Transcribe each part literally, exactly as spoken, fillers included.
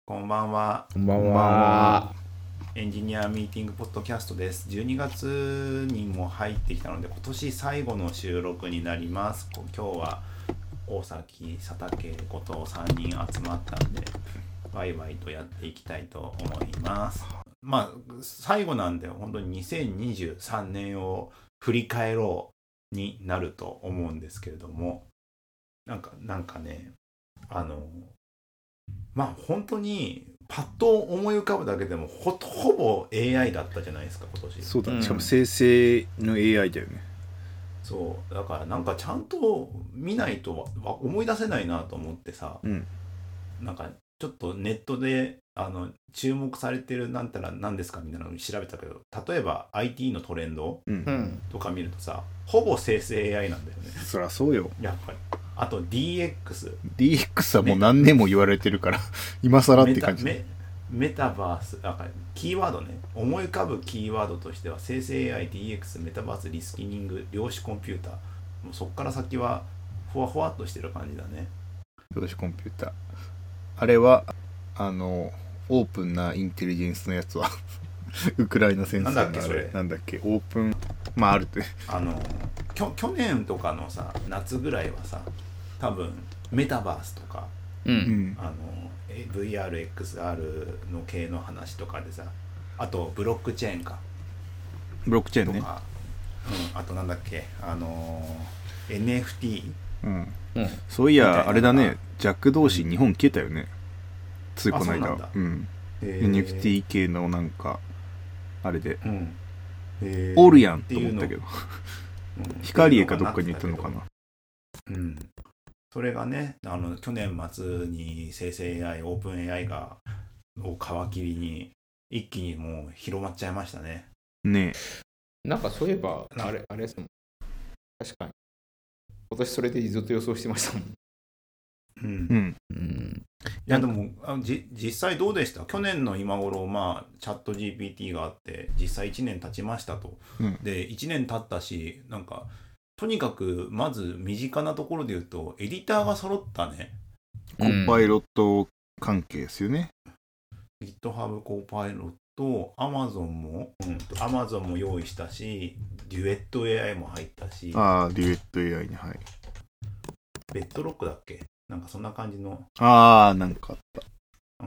こんばんは。 こんばんは。 エンジニアミーティングポッドキャストです。じゅうにがつにも入ってきたので、今年最後の収録になります。今日は大崎、佐竹、後藤さんにん集まったんで、ワイワイとやっていきたいと思います。まあ、最後なんで、本当ににせんにじゅうさんねんを振り返ろうになると思うんですけれども、なんか、なんかね、あの、まあ本当にパッと思い浮かぶだけでも ほ, ほぼ エーアイ だったじゃないですか今年。 そうだね、しかも生成の エーアイ だよね。 そうだからなんかちゃんと見ないと思い出せないなと思ってさ、 うん、 なんかちょっとネットであの注目されてるなんたら何ですかみたいなのを調べたけど、例えば アイティー のトレンドとか見るとさ、ほぼ生成 エーアイ なんだよね。 そりゃそうよ。 やっぱりあと ディーエックスディーエックス はもう何年も言われてるから今更って感じ。 メタ、メ、メタバース、なんかキーワードね、思い浮かぶキーワードとしては生成 エーアイ、ディーエックス、メタバース、リスキニング、量子コンピューター、もうそっから先はふわふわっとしてる感じだね。 量子コンピューター、あれはあのオープンなインテリジェンスのやつはウクライナ戦争のあれなんだっけそれなんだっけ、オープン、まああるってあのきょ去年とかのさ夏ぐらいはさ、多分メタバースとか、 うん、 あの ブイアールエックスアール の系の話とかでさ、あとブロックチェーンかブロックチェーンねとか、うん、あとなんだっけ、あの エヌエフティー、 うんうん、そういやあれだね、ジャック同士日本来てたよね、ついこの間。うん、エヌエフティー 系のなんかあれで、うん、おるやんと思ったけど、うん、光栄かどっかに行ったのかな。 うん、それがね、あの去年末に生成 エーアイ、オープン エーアイ がを皮切りに一気にもう広まっちゃいましたね。 ねえ。なんかそういえばあれあれですもん。確かに今年それでずっと予想してましたもん。 うん。うん、いやでもあじ実際どうでした？去年の今頃、まあチャット ジーピーティー があって実際いちねん経ちましたと、うん、でいちねん経ったし、なんかとにかくまず身近なところで言うとエディターが揃ったね。 コパイロット関係ですよね。 GitHub コパイロット、Amazon も、うん、Amazon も用意したし、デュエット エーアイ も入ったし、 ああデュエット エーアイ に、はい、 ベッドロックだっけ、なんかそんな感じの、 ああなんかあった、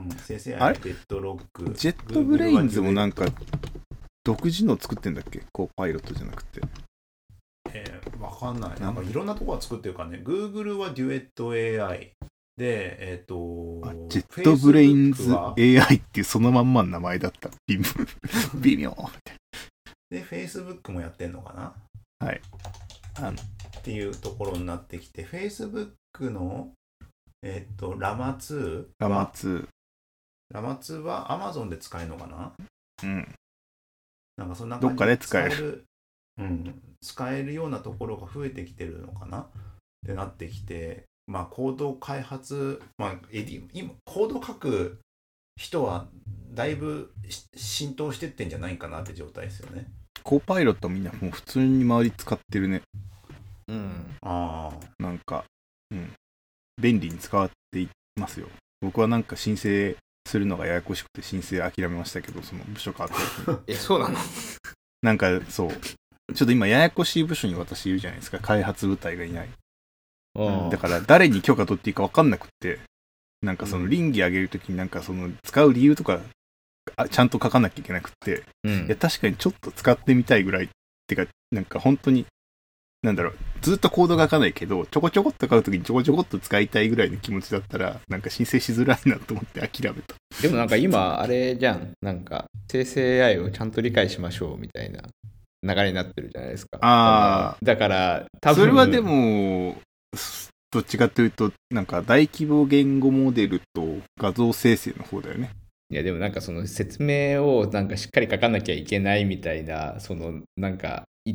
うん、生成 エーアイ、ベッドロック、 ジェットブレインズもなんか独自の作ってんだっけ、コパイロットじゃなくて。 えー、わかんない。なんかいろんなところが作ってるからね。Google はデュエット エーアイ で、えっ、ー、と、 ジェットブレインズ エーアイ っていうそのまんまの名前だった。微妙。 で、Facebook もやってんのかな？ はい。 あのっていうところになってきて、Facebook の、えっ、ー、と、ラマツー。 ラマツー。 ラマツーは Amazon で使えるのかな？ うん。 なんかそんな感じでどっかで使える。 うん、使えるようなところが増えてきてるのかなってなってきて、まあコード開発、まあエディ今コード書く人はだいぶ浸透してってんじゃないかなって状態ですよね。 コーパイロットみんなもう普通に周り使ってるね。 うん。ああ。なんか、うん、便利に使っていますよ。僕はなんか申請するのがややこしくて申請諦めましたけど、その部署変わったえ、そうなの？ なんかそうちょっと今ややこしい部署に私いるじゃないですか、開発部隊がいない。だから誰に許可取っていいか分かんなくって、なんかその倫理上げるときになんかその使う理由とかちゃんと書かなきゃいけなくって、うん、いや確かにちょっと使ってみたいぐらいってか、なんか本当になんだろう、ずっとコード書かないけどちょこちょこっと買うときにちょこちょこっと使いたいぐらいの気持ちだったらなんか申請しづらいなと思って諦めた。 でもなんか今あれじゃん、なんか生成 エーアイ をちゃんと理解しましょうみたいな流れになってるじゃないですか。 ああ、 だから多分それはでもどっちかというとなんか大規模言語モデルと画像生成の方だよね。 いやでもなんかその説明をなんかしっかり書かなきゃいけないみたいな、そのなんか言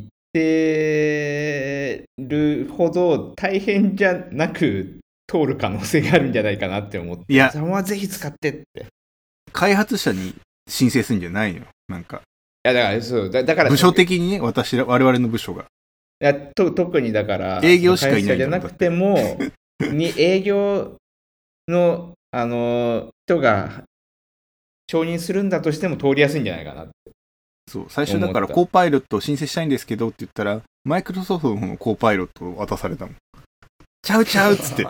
ってるほど大変じゃなく通る可能性があるんじゃないかなって思って、 いやそれはぜひ使ってって開発者に申請するんじゃないのよ。なんかいやだからそう だ, だから部署的にね、私ら我々の部署がいやと特にだから営業しかいないじゃなくてもに営業のあの人が承認するんだとしても通りやすいんじゃないかなって。 そう最初だからコーパイロットを申請したいんですけどって言ったらマイクロソフトのコーパイロットを渡されたもん。ちゃうちゃうっつって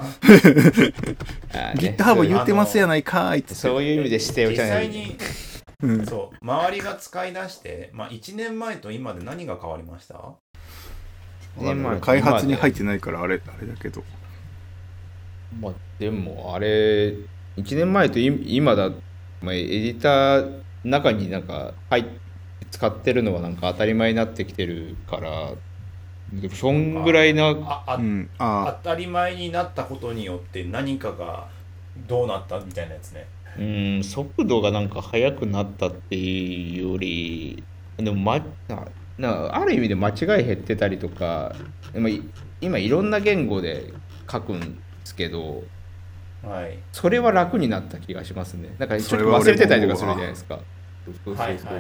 GitHub 言ってますやないかーいっつって。 そういう意味で指定を実ちゃない際に、うん、そう周りが使い出して、まあ、いちねんまえと今で何が変わりました？ 開発に入ってないからあれあれだけど、 まあでもあれいちねんまえと今だ、まあ、エディター中になんか入って使ってるのはなんか当たり前になってきてるから、でもそんぐらいなああ、うん、あ当たり前になったことによって何かがどうなったみたいなやつね。 うん速度がなんか速くなったっていうよりでも、ま、ななある意味で間違い減ってたりとか今今いろんな言語で書くんですけど、 はい、 それは楽になった気がしますね。なんかちょっと忘れてたりとかするじゃないですか。そうそうそうそう。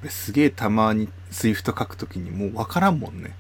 すげえたまに Swift 書くときにもう分からんもんね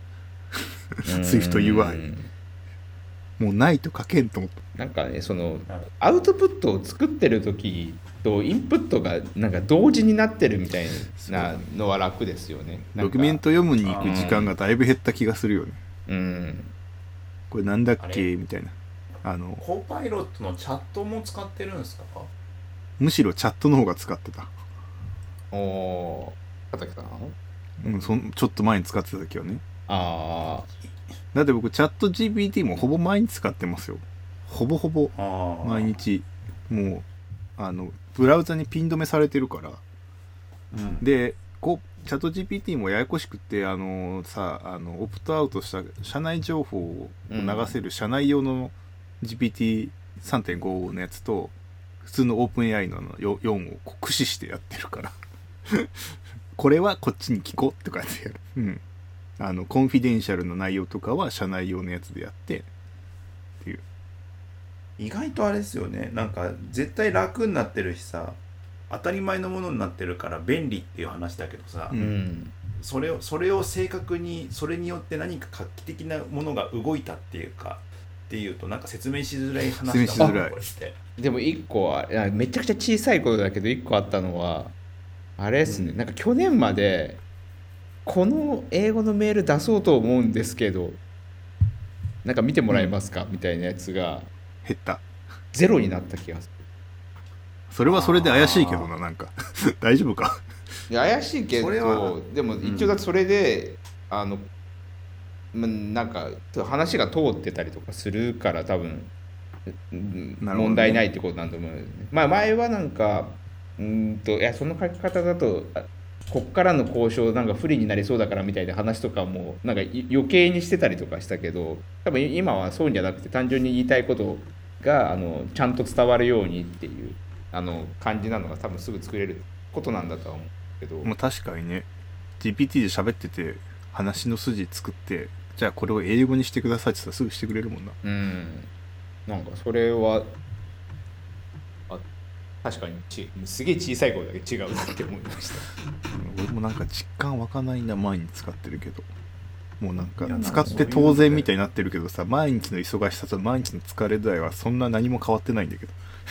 Swift ユーアイ もうないと書けんと思った。 なんかねそのアウトプットを作ってる時とインプットがなんか同時になってるみたいなのは楽ですよね。 ドキュメント読むに行く時間がだいぶ減った気がするよね。 うんこれなんだっけみたいな。あのコーパイロットのチャットも使ってるんですか？ むしろチャットの方が使ってた。 おお畑さん、 うん、そちょっと前に使ってた時はね。 ああだって僕チャット ジーピーティー もほぼ毎日使ってますよ。ほぼほぼ毎日。もうあのブラウザにピン止めされてるから、うん、でこうチャット ジーピーティー もややこしくってあのさあのオプトアウトした社内情報を流せる社内用の ジーピーティーさんてんご のやつと普通の OpenAI のよんを駆使してやってるからこれはこっちに聞こうって感じでやる、うん、あのコンフィデンシャルの内容とかは社内用のやつでやってっていう。 意外とあれですよね、なんか絶対楽になってるしさ当たり前のものになってるから便利っていう話だけどさ、うん、それをそれを正確にそれによって何か画期的なものが動いたっていうかっていうとなんか説明しづらい話だもんねこれって。でも一個はめちゃくちゃ小さいことだけど一個あったのはあれですね、うん、なんか去年までこの英語のメール出そうと思うんですけどなんか見てもらえますか、うん、みたいなやつが減ったゼロになった気がする。それはそれで怪しいけどな、なんか大丈夫か。 いや怪しいけどでも一応だってそれで、うん、あのなんか話が通ってたりとかするから多分問題ないってことなんだと思う、ね、まあ前はなんかうんといやその書き方だとこっからの交渉なんか不利になりそうだからみたいな話とかもなんか余計にしてたりとかしたけど多分今はそうじゃなくて単純に言いたいことがあのちゃんと伝わるようにっていうあの感じなのが多分すぐ作れることなんだとは思うけど、 まあ、確かにね ジーピーティー で喋ってて話の筋作ってじゃあこれを英語にしてくださいって言ったらすぐしてくれるもんな。 うんなんかそれはあ確かにちすげえ小さい声だけ違うなって思いました俺もなんか実感湧かないな毎日使ってるけどもうなんか使って当然みたいになってるけどさ毎日の忙しさと毎日の疲れ度合いはそんな何も変わってないんだけど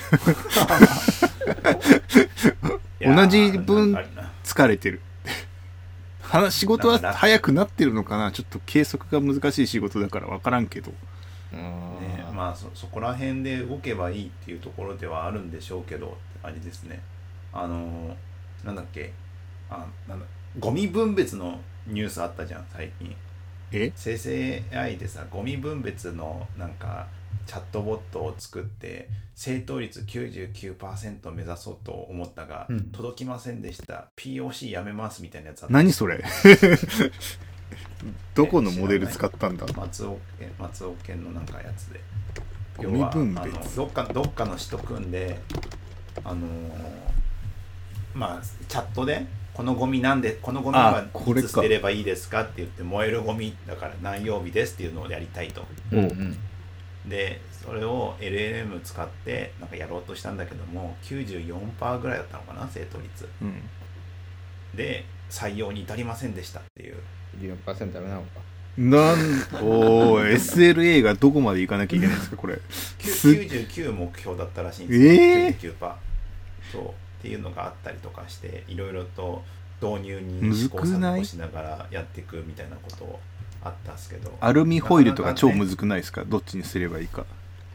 同じ分疲れてる仕事は早くなってるのかなちょっと計測が難しい仕事だから分からんけどね、まあ そ, そこら辺で動けばいいっていうところではあるんでしょうけどって感じですね。あのー、なんだっけあなんだゴミ分別のニュースあったじゃん最近。 え生成 エーアイ でさゴミ分別のなんかチャットボットを作って正答率 きゅうじゅうきゅうパーセント 目指そうと思ったが、うん、届きませんでした ピーオーシー やめますみたいなやつあった。 何それどこのモデル使ったんだ。 松尾県松尾県のなんかやつでゴミ分別要はあのどっかどっかの市と組んであのー、まあチャットでこのゴミなんでこのゴミはいつ捨てればいいですかって言って燃えるゴミだから何曜日ですっていうのをやりたいと、うんうん、でそれを エルエルエム 使ってなんかやろうとしたんだけども きゅうじゅうよんパーセント ぐらいだったのかな正答率、うん、で採用に至りませんでしたっていうきゅうじゅうよんパーセント ダメなのかなんおー エスエルエー がどこまでいかなきゃいけないんですかこれきゅうじゅうきゅう目標だったらしいんですよ、えー、きゅうじゅうきゅうパーセント そうっっていうのがあったりとかして、いろいろと導入に試行錯誤しながらやっていくみたいなことをあったんですけど、 アルミホイルとか超むずくないですか？どっちにすればいいか。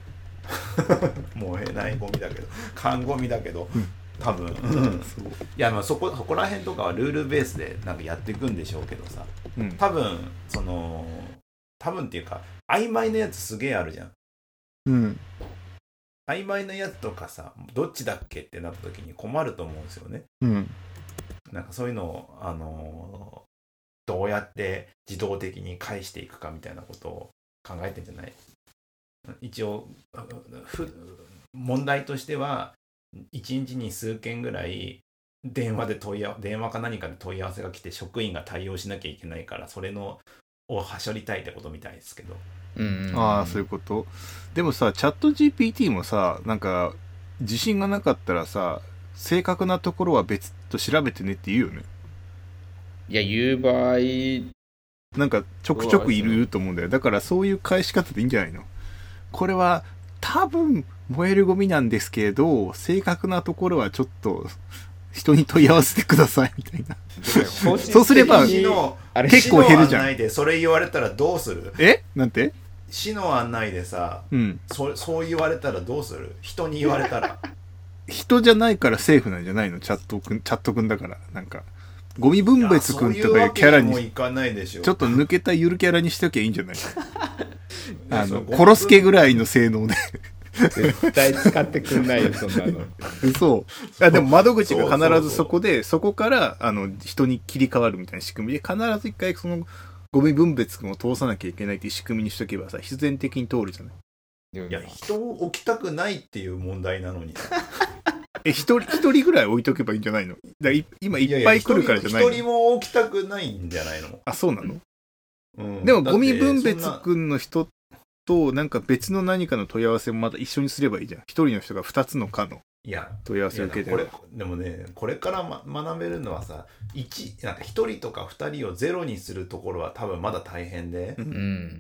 燃えないゴミだけど、缶ゴミだけど、 うん、 多分、うん、いや、まあそこそこら辺とかはルールベースでなんかやっていくんでしょうけどさ、うん、多分その多分っていうか曖昧なやつすげえあるじゃん。 うん。 曖昧なやつとかさ、どっちだっけってなった時に困ると思うんですよね。 うん。 なんかそういうのをあのー、どうやって自動的に返していくかみたいなことを考えてんじゃない？一応問題としてはいちにちに数件ぐらい電話で問い合わ電話か何かで問い合わせが来て職員が対応しなきゃいけないから、それのをはしょりたいってことみたいですけど、 うん、ああそういうこと。でもさ、チャット ジーピーティー もさ、なんか自信がなかったらさ、正確なところは別と調べてねって言うよね。 いや、言う場合なんかちょくちょくいると思うんだよ。だからそういう返し方でいいんじゃないの？これは多分燃えるゴミなんですけど、正確なところはちょっと人に問い合わせてくださいみたいな。そうすれば結構減るじゃん。市の案内でそれ言われたらどうする？ え？なんて？ 市の案内でさ、うん、そ, そう言われたらどうする？人に言われたら。 人じゃないからセーフなんじゃないの？チャットくん、チャットくんだから。なんかゴミ分別くんとかいうキャラにいかないでしょ。 ちょっと抜けたゆるキャラにしときゃいいんじゃない？あの殺すけぐらいの性能で絶対使ってくんないよそんなの。 そうあでも窓口が必ずそこで、そこからあの人に切り替わるみたいな仕組みで、必ず一回そのゴミ分別くんを通さなきゃいけないっていう仕組みにしとけばさ、必然的に通るじゃない。 いや、人を置きたくないっていう問題なのにえ、一人一人ぐらい置いとけばいいんじゃないの？だい今いっぱい来るからじゃないの？ 一人も置きたくないんじゃないの？ あ、そうなの？うん、でもゴミ分別くんの人となんか別の何かの問い合わせもまた一緒にすればいいじゃん。一人の人が二つの課の問い合わせを受けてる。 でもね、これから、ま、学べるのはさ、一なんか一人とか二人をゼロにするところは多分まだ大変で、うん、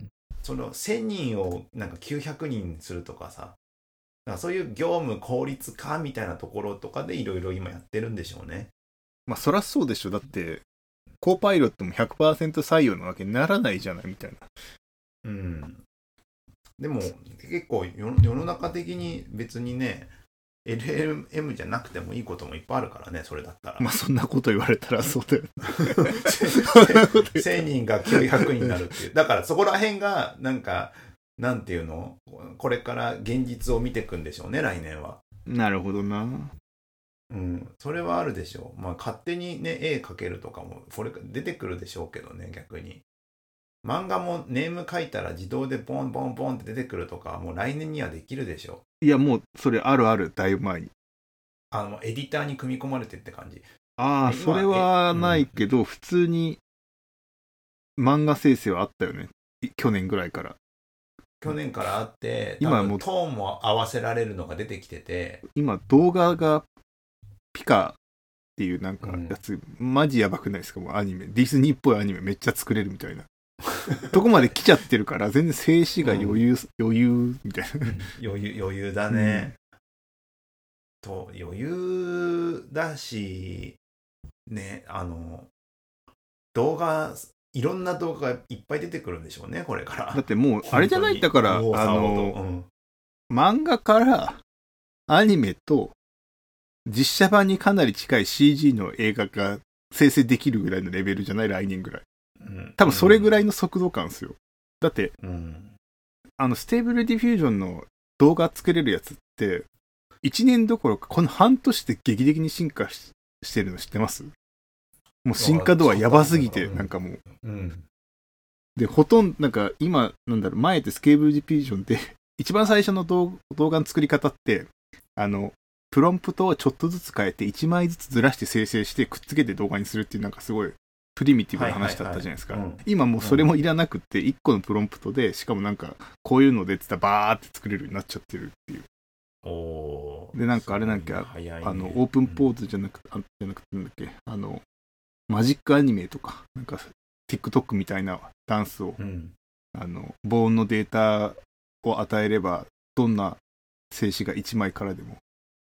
そのせんにんをなんかきゅうひゃくにんするとかさ、なんかそういう業務効率化みたいなところとかでいろいろ今やってるんでしょうね。 まあそらそうでしょ。だってコーパイロットも ひゃくパーセント 採用なわけにならないじゃないみたいな。 うん。でも結構世の中的に別にね エルエルエム じゃなくてもいいこともいっぱいあるからね、それだったら。 まあそんなこと言われたらそうだよせんにんがきゅうひゃくにんになるっていう。だからそこら辺がなんかなんていうの、これから現実を見ていくんでしょうね、来年は。 なるほどな。 うん、それはあるでしょう。まあ勝手にね絵描けるとかもこれ出てくるでしょうけどね、逆に。漫画もネーム書いたら自動でボンボンボンって出てくるとかもう来年にはできるでしょう。いやもうそれあるある、だいぶ前に。 あのエディターに組み込まれてって感じ。 ああ、それはないけど、うん、普通に漫画生成はあったよね、去年ぐらいから。 去年からあって、今もうトーンも合わせられるのが出てきてて、 今動画がピカっていうなんかやつ、うん、マジやばくないですか？もうアニメ、ディズニーっぽいアニメめっちゃ作れるみたいなとこまで来ちゃってるから、全然静止が余裕、うん、余裕みたいな余裕余裕だね、うん、と余裕だしね、あの動画いろんな動画がいっぱい出てくるんでしょうね、これから。 だってもうあれじゃない、だからあの、うん、漫画からアニメと実写版にかなり近い シージー の映画が生成できるぐらいのレベルじゃない？来年ぐらい。うん、多分それぐらいの速度感ですよ。だって、うん、あのステーブルディフュージョンの動画作れるやつっていちねんどころかこの半年で劇的に進化 し, してるの知ってます？もう進化度はやばすぎて、なんかもう、うん、でほとんどなんか今なんだろう、前ってスケーブルディフュージョンで一番最初の 動, 動画の作り方ってあのプロンプトをちょっとずつ変えていちまいずつずらして生成してくっつけて動画にするっていう、なんかすごいプリミティブな話だったじゃないですか。今もうそれもいらなくっていっこのプロンプトで、しかもなんかこういうのでって言ったらバーって作れるようになっちゃってるっていう。 おでなんかあれなんか、ね、あのオープンポーズじゃなくて、うん、じゃなくてなんだっけ、あのマジックアニメとかなんか TikTok みたいなダンスを、うん、あの防音のデータを与えればどんな静止がいちまいからでも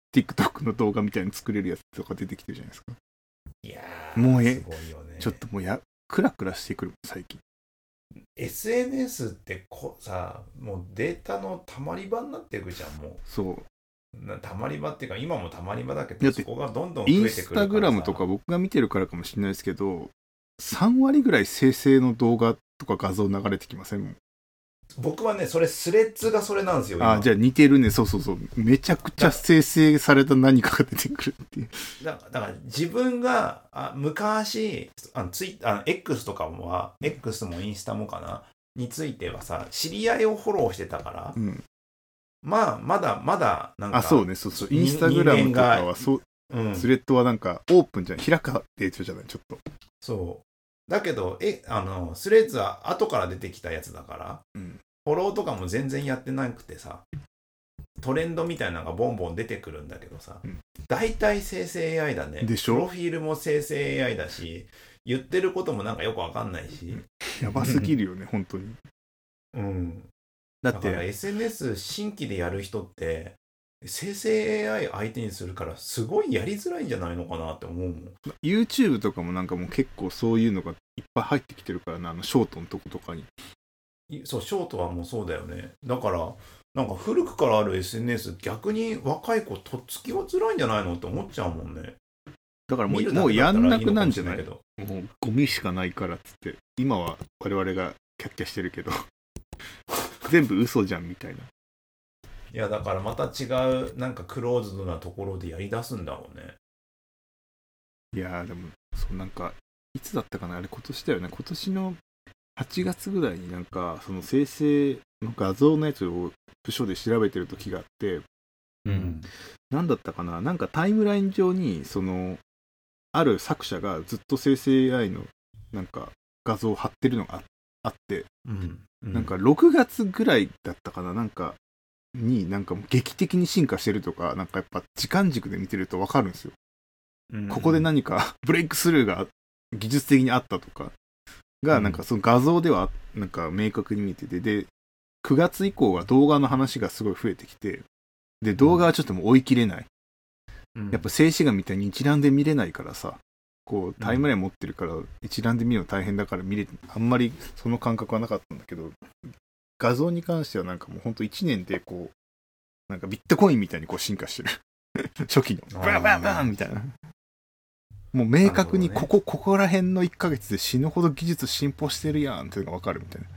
TikTok の動画みたいに作れるやつとか出てきてるじゃないですか。 いやもうえすごいよね。 ちょっともうやクラクラしてくる最近。 エスエヌエス ってこさ、もうデータのたまり場になっていくじゃん。もうそうなたまり場っていうか今もたまり場だけど、 だってそこがどんどん増えてくるからさ。 インスタグラムとか僕が見てるからかもしれないですけど、さん割ぐらい生成の動画とか画像流れてきませんもん。 僕はね、それスレッズがそれなんですよ。今あ、じゃあ似てるね。そうそうそう。めちゃくちゃ生成された何かが出てくるっていう。 だだから自分があ昔あのツイあの X とかもは X もインスタもかなについてはさ、知り合いをフォローしてたから、 うん、 まあまだまだなんか、 あ、そうね、そうそう。インスタグラムとかはそう、 うん、 スレッドはなんかオープンじゃん、開かってやつじゃない、ちょっと。 そうだけどえあのスレッズは後から出てきたやつだから、 うん、 フォローとかも全然やってなくてさ、トレンドみたいなのがボンボン出てくるんだけどさ、うん、大体生成 エーアイ だね。 でしょ？ プロフィールも生成 エーアイ だし、言ってることもなんかよくわかんないし、 やばすぎるよね本当に。 うん。 だってだから エスエヌエス 新規でやる人って生成 エーアイ 相手にするからすごいやりづらいんじゃないのかなって思うもん。 YouTube とかもなんかもう結構そういうのがいっぱい入ってきてるからな、あのショートのとことかに。 そう、ショートはもうそうだよね。だからなんか古くからある エスエヌエス 逆に若い子とっつきは辛いんじゃないのって思っちゃうもんね。 だからもう、もうやんなくなんじゃない？もうゴミしかないからっつって今は我々がキャッキャしてるけど全部嘘じゃんみたいな。 いやだからまた違うなんかクローズドなところでやりだすんだろうね。 いやーでもそうなんかいつだったかなあれ、今年だよね。今年のはちがつぐらいになんかその生成の画像のやつを部署で調べてる時があって、 うん、 なんだったかな、なんかタイムライン上にそのある作者がずっと生成 エーアイ のなんか画像を貼ってるのがあって、 うんうん、 なんかろくがつぐらいだったかな、なんかになんかもう劇的に進化してるとか、なんかやっぱ時間軸で見てると分かるんですよ、うん、ここで何かブレイクスルーが技術的にあったとかがなんかその画像ではなんか明確に見てて、でくがつ以降は動画の話がすごい増えてきて、で動画はちょっともう追い切れない、うん、やっぱ静止画みたいに一覧で見れないからさ、こうタイムライン持ってるから一覧で見るの大変だから見れあんまりその感覚はなかったんだけど、画像に関してはなんかもうほんといちねんでこうなんかビットコインみたいにこう進化してる初期のバンバンバンみたいな、もう明確にここ、ね、ここら辺のいっかげつで死ぬほど技術進歩してるやんっていうのが分かるみたいな。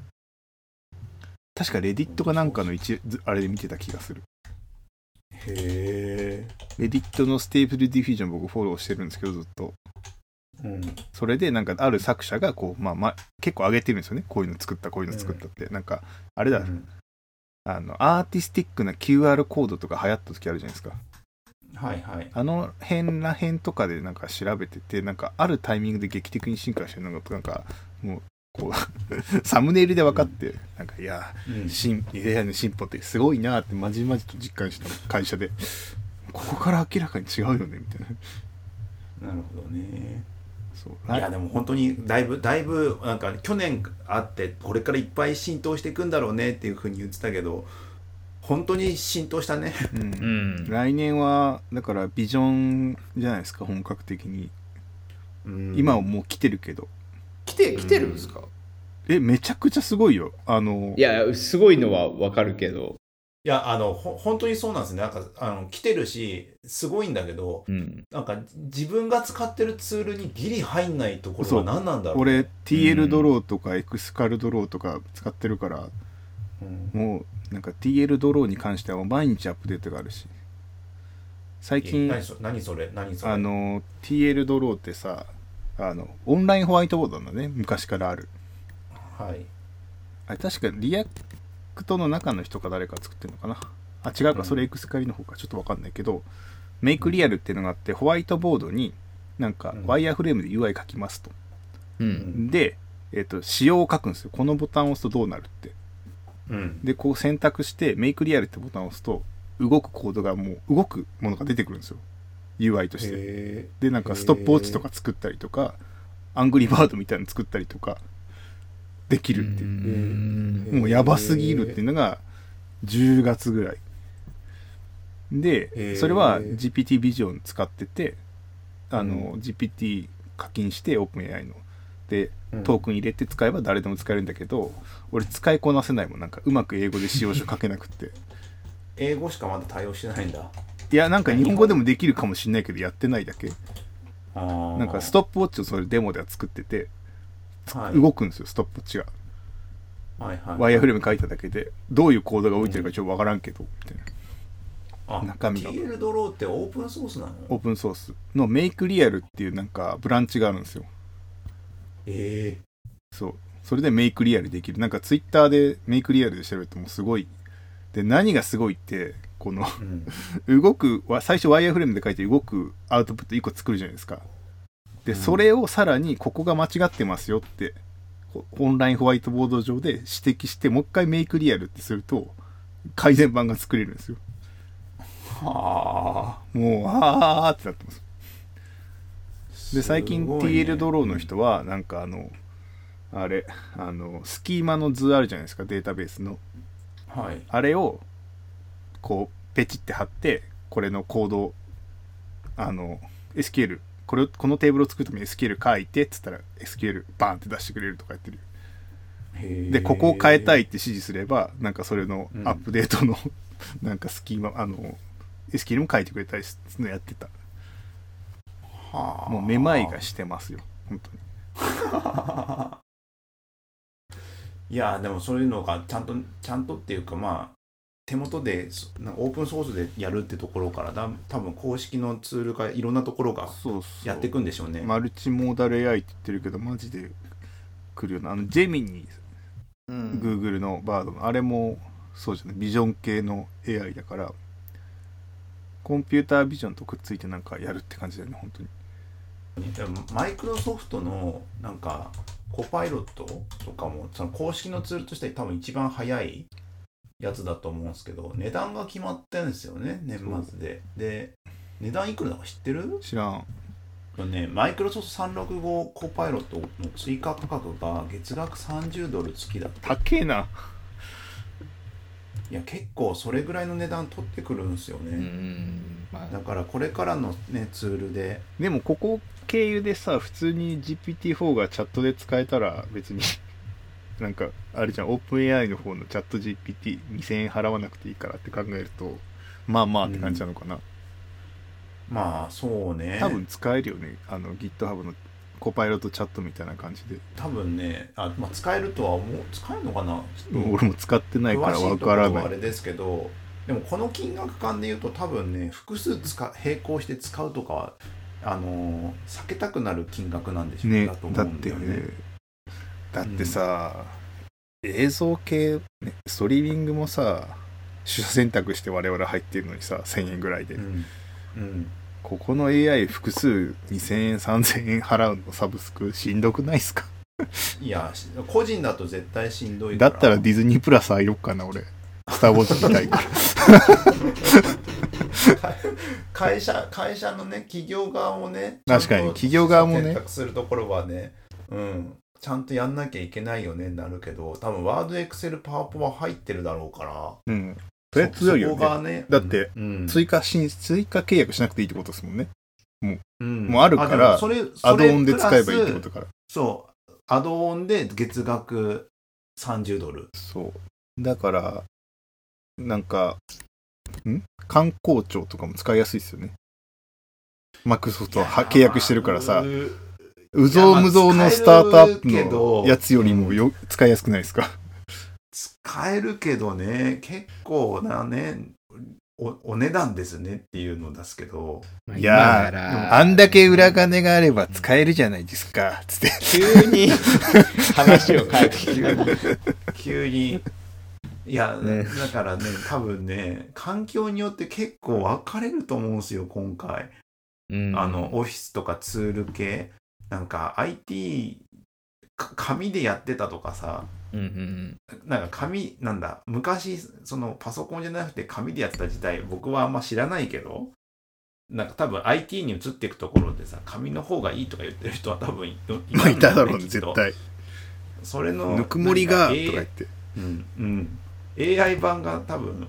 確かレディットかなんかの一あれで見てた気がする。 へー。レディットのステーブルディフュージョン僕フォローしてるんですけどずっと。うん、それでなんかある作者がこう、まあまあ、結構上げてるんですよね。こういうの作ったこういうの作ったって、うん、なんかあれだ、うん、あのアーティスティックな キューアール コードとか流行った時あるじゃないですか。 はいはい。 あの辺ら辺とかでなんか調べてて、なんかあるタイミングで劇的に進化してるのがなんかもうこうサムネイルで分かって、うん、なんかいや、うん、新 エーアイ の進歩ってすごいなってまじまじと実感した会社で、ここから明らかに違うよねみたいな。なるほどね。そういやでも本当にだいぶだいぶなんか去年あってこれからいっぱい浸透していくんだろうねっていうふうに言ってたけど、本当に浸透したね、 うんうん、来年はだからビジョンじゃないですか、本格的に、うん、今はもう来てるけど来て来てるんですか、 うん、えめちゃくちゃすごいよ。あのいやすごいのは分かるけど、 いやあのほ本当にそうなんですね。なんかあの来てるしすごいんだけど、うん、なんか自分が使ってるツールにギリ入んないところは何なんだろう、ね、 俺 ティーエル ドローとかエクスカルドローとか使ってるから、うん、もうなんか ティーエル ドローに関しては毎日アップデートがあるし、最近何そ何それ何それあの ティーエル ドローってさ、あのオンラインホワイトボードなんだね、昔からある。 はい。 あれ確かリアクトの中の人か誰か作ってるのかな。あ違うか、それエクスカリの方かちょっと分かんないけど、メイクリアルっていうのがあって、ホワイトボードになんかワイヤーフレームで ユーアイ 書きますと、うん、で、えーと、仕様を書くんですよ。このボタンを押すとどうなるって、うん、でこう選択してメイクリアルってボタンを押すと動くコードがもう動くものが出てくるんですよ、 ユーアイ として。でなんかストップウォッチとか作ったりとかアングリーバードみたいなの作ったりとかできるっていう、 もうやばすぎるっていうのがじゅうがつぐらいでそれは ジーピーティー ビジョン使っててあの、うん、ジーピーティー 課金してオープン エーアイ のでトークン入れて使えば誰でも使えるんだけど、俺使いこなせないもん。なんかうまく英語で使用書書けなくて英語しかまだ対応してないんだ。 いやなんか日本語でもできるかもしれないけどやってないだけ。あなんかストップウォッチをそれデモでは作ってて、はい、動くんですよストップウォッチが、はいはいはい、ワイヤーフレーム書いただけでどういうコードが動いてるかちょっとわからんけど、うん、みたいな。 あ、中身が ティーエル ドローってオープンソースなの？ オープンソースのメイクリアルっていうなんかブランチがあるんですよ。 ええー、 そうそれでメイクリアルできる。なんかツイッターでメイクリアルで調べるともうすごい。で何がすごいってこの、うん、動く最初ワイヤーフレームで書いて動くアウトプットいっこ作るじゃないですか。で、うん、それをさらにここが間違ってますよってオンラインホワイトボード上で指摘してもう一回メイクリアルってすると改善版が作れるんですよ。はあ、もうあーってなってます。で最近 ティーエル ドローの人はなんかあのあれあのスキーマの図あるじゃないですかデータベースの、 はい、 あれをこうペチって貼ってこれのコードあの エスキューエル これこのテーブルを作るために エスキューエル 書いてっつったら エスキューエル バーンって出してくれるとかやってる。でここを変えたいって指示すればなんかそれのアップデートの、うん、なんかスキーマあのエスキューエル も書いてくれたりするのやってた。はあ、もうめまいがしてますよ本当に。 いやでもそういうのがちゃんとちゃんとっていうかまあ手元でオープンソースでやるってところからだ多分公式のツールがいろんなところがやっていくんでしょうね。そうそうマルチモーダル エーアイ って言ってるけどマジで来るようなあのジェミニ、うん、Google のバードのあれもそうじゃないビジョン系の エーアイ だからコンピュータービジョンとくっついてなんかやるって感じだよね本当に。 マイクロソフトのなんかコパイロットとかもその公式のツールとして多分一番早いやつだと思うんですけど値段が決まってるんですよね年末で。で値段いくらだか知ってる？ 知らん。 ね、マイクロソフトさんろくごコパイロットの追加価格が月額さんじゅうドル付きだった。 高えな。 いや結構それぐらいの値段取ってくるんですよね。うん、まあ、だからこれからのねツールででもここ経由でさ普通に ジーピーティーフォー がチャットで使えたら別になんかあれじゃんオープン エーアイ の方のチャット ジーピーティーにせんえん払わなくていいからって考えるとまあまあって感じなのかな、うん、 まあそうね多分使えるよねあの GitHub のコパイロットチャットみたいな感じで多分ねあ、まあ、使えるとは思う使えるのかな俺も使ってないから分からないあれですけどでもこの金額感で言うと多分ね複数使並行して使うとかはあのー、避けたくなる金額なんでしょうねだと思うんだよね。 だってさ、うん、映像系、ね、ストリーミングもさ取捨選択して我々入ってるのにさせんえんぐらいで、うんうん、ここの エーアイ 複数にせんえんさんぜんえん払うのサブスクしんどくないっすか？ いや個人だと絶対しんどいからだったらディズニープラス入ろっかな俺スターウォーズ見たいから会社会社のね企業側もね確かに企業側もね選択するところはねうんちゃんとやんなきゃいけないよねになるけど多分ワードエクセルパワポは入ってるだろうからうんそれ強いよ ね, そこがねだって、うん、追加し追加契約しなくていいってことですもんねもう、うん、もうあるからそれそれアドオンで使えばいいってことからそうアドオンで月額さんじゅうドルそうだからなんかん観光庁とかも使いやすいですよねマイクロソフトは契約してるからさうぞうむぞうのスタートアップのやつよりもよ使いやすくないですか？ 使えるけどね結構なね お, お値段ですねっていうのを出すけどいやーあんだけ裏金があれば使えるじゃないですかつって急に話を変えてきて急にいや、ね、だからね多分ね環境によって結構分かれると思うんですよ今回、うん、あのオフィスとかツール系なんか アイティー 紙でやってたとかさ、うんうん、なんか紙なんだ昔そのパソコンじゃなくて紙でやってた時代僕はあんま知らないけどなんか多分 アイティー に移っていくところでさ紙の方がいいとか言ってる人は多分 い, い, まあ、いただろうね絶対それのぬくもりがとか言ってうんうん エーアイ 版が多分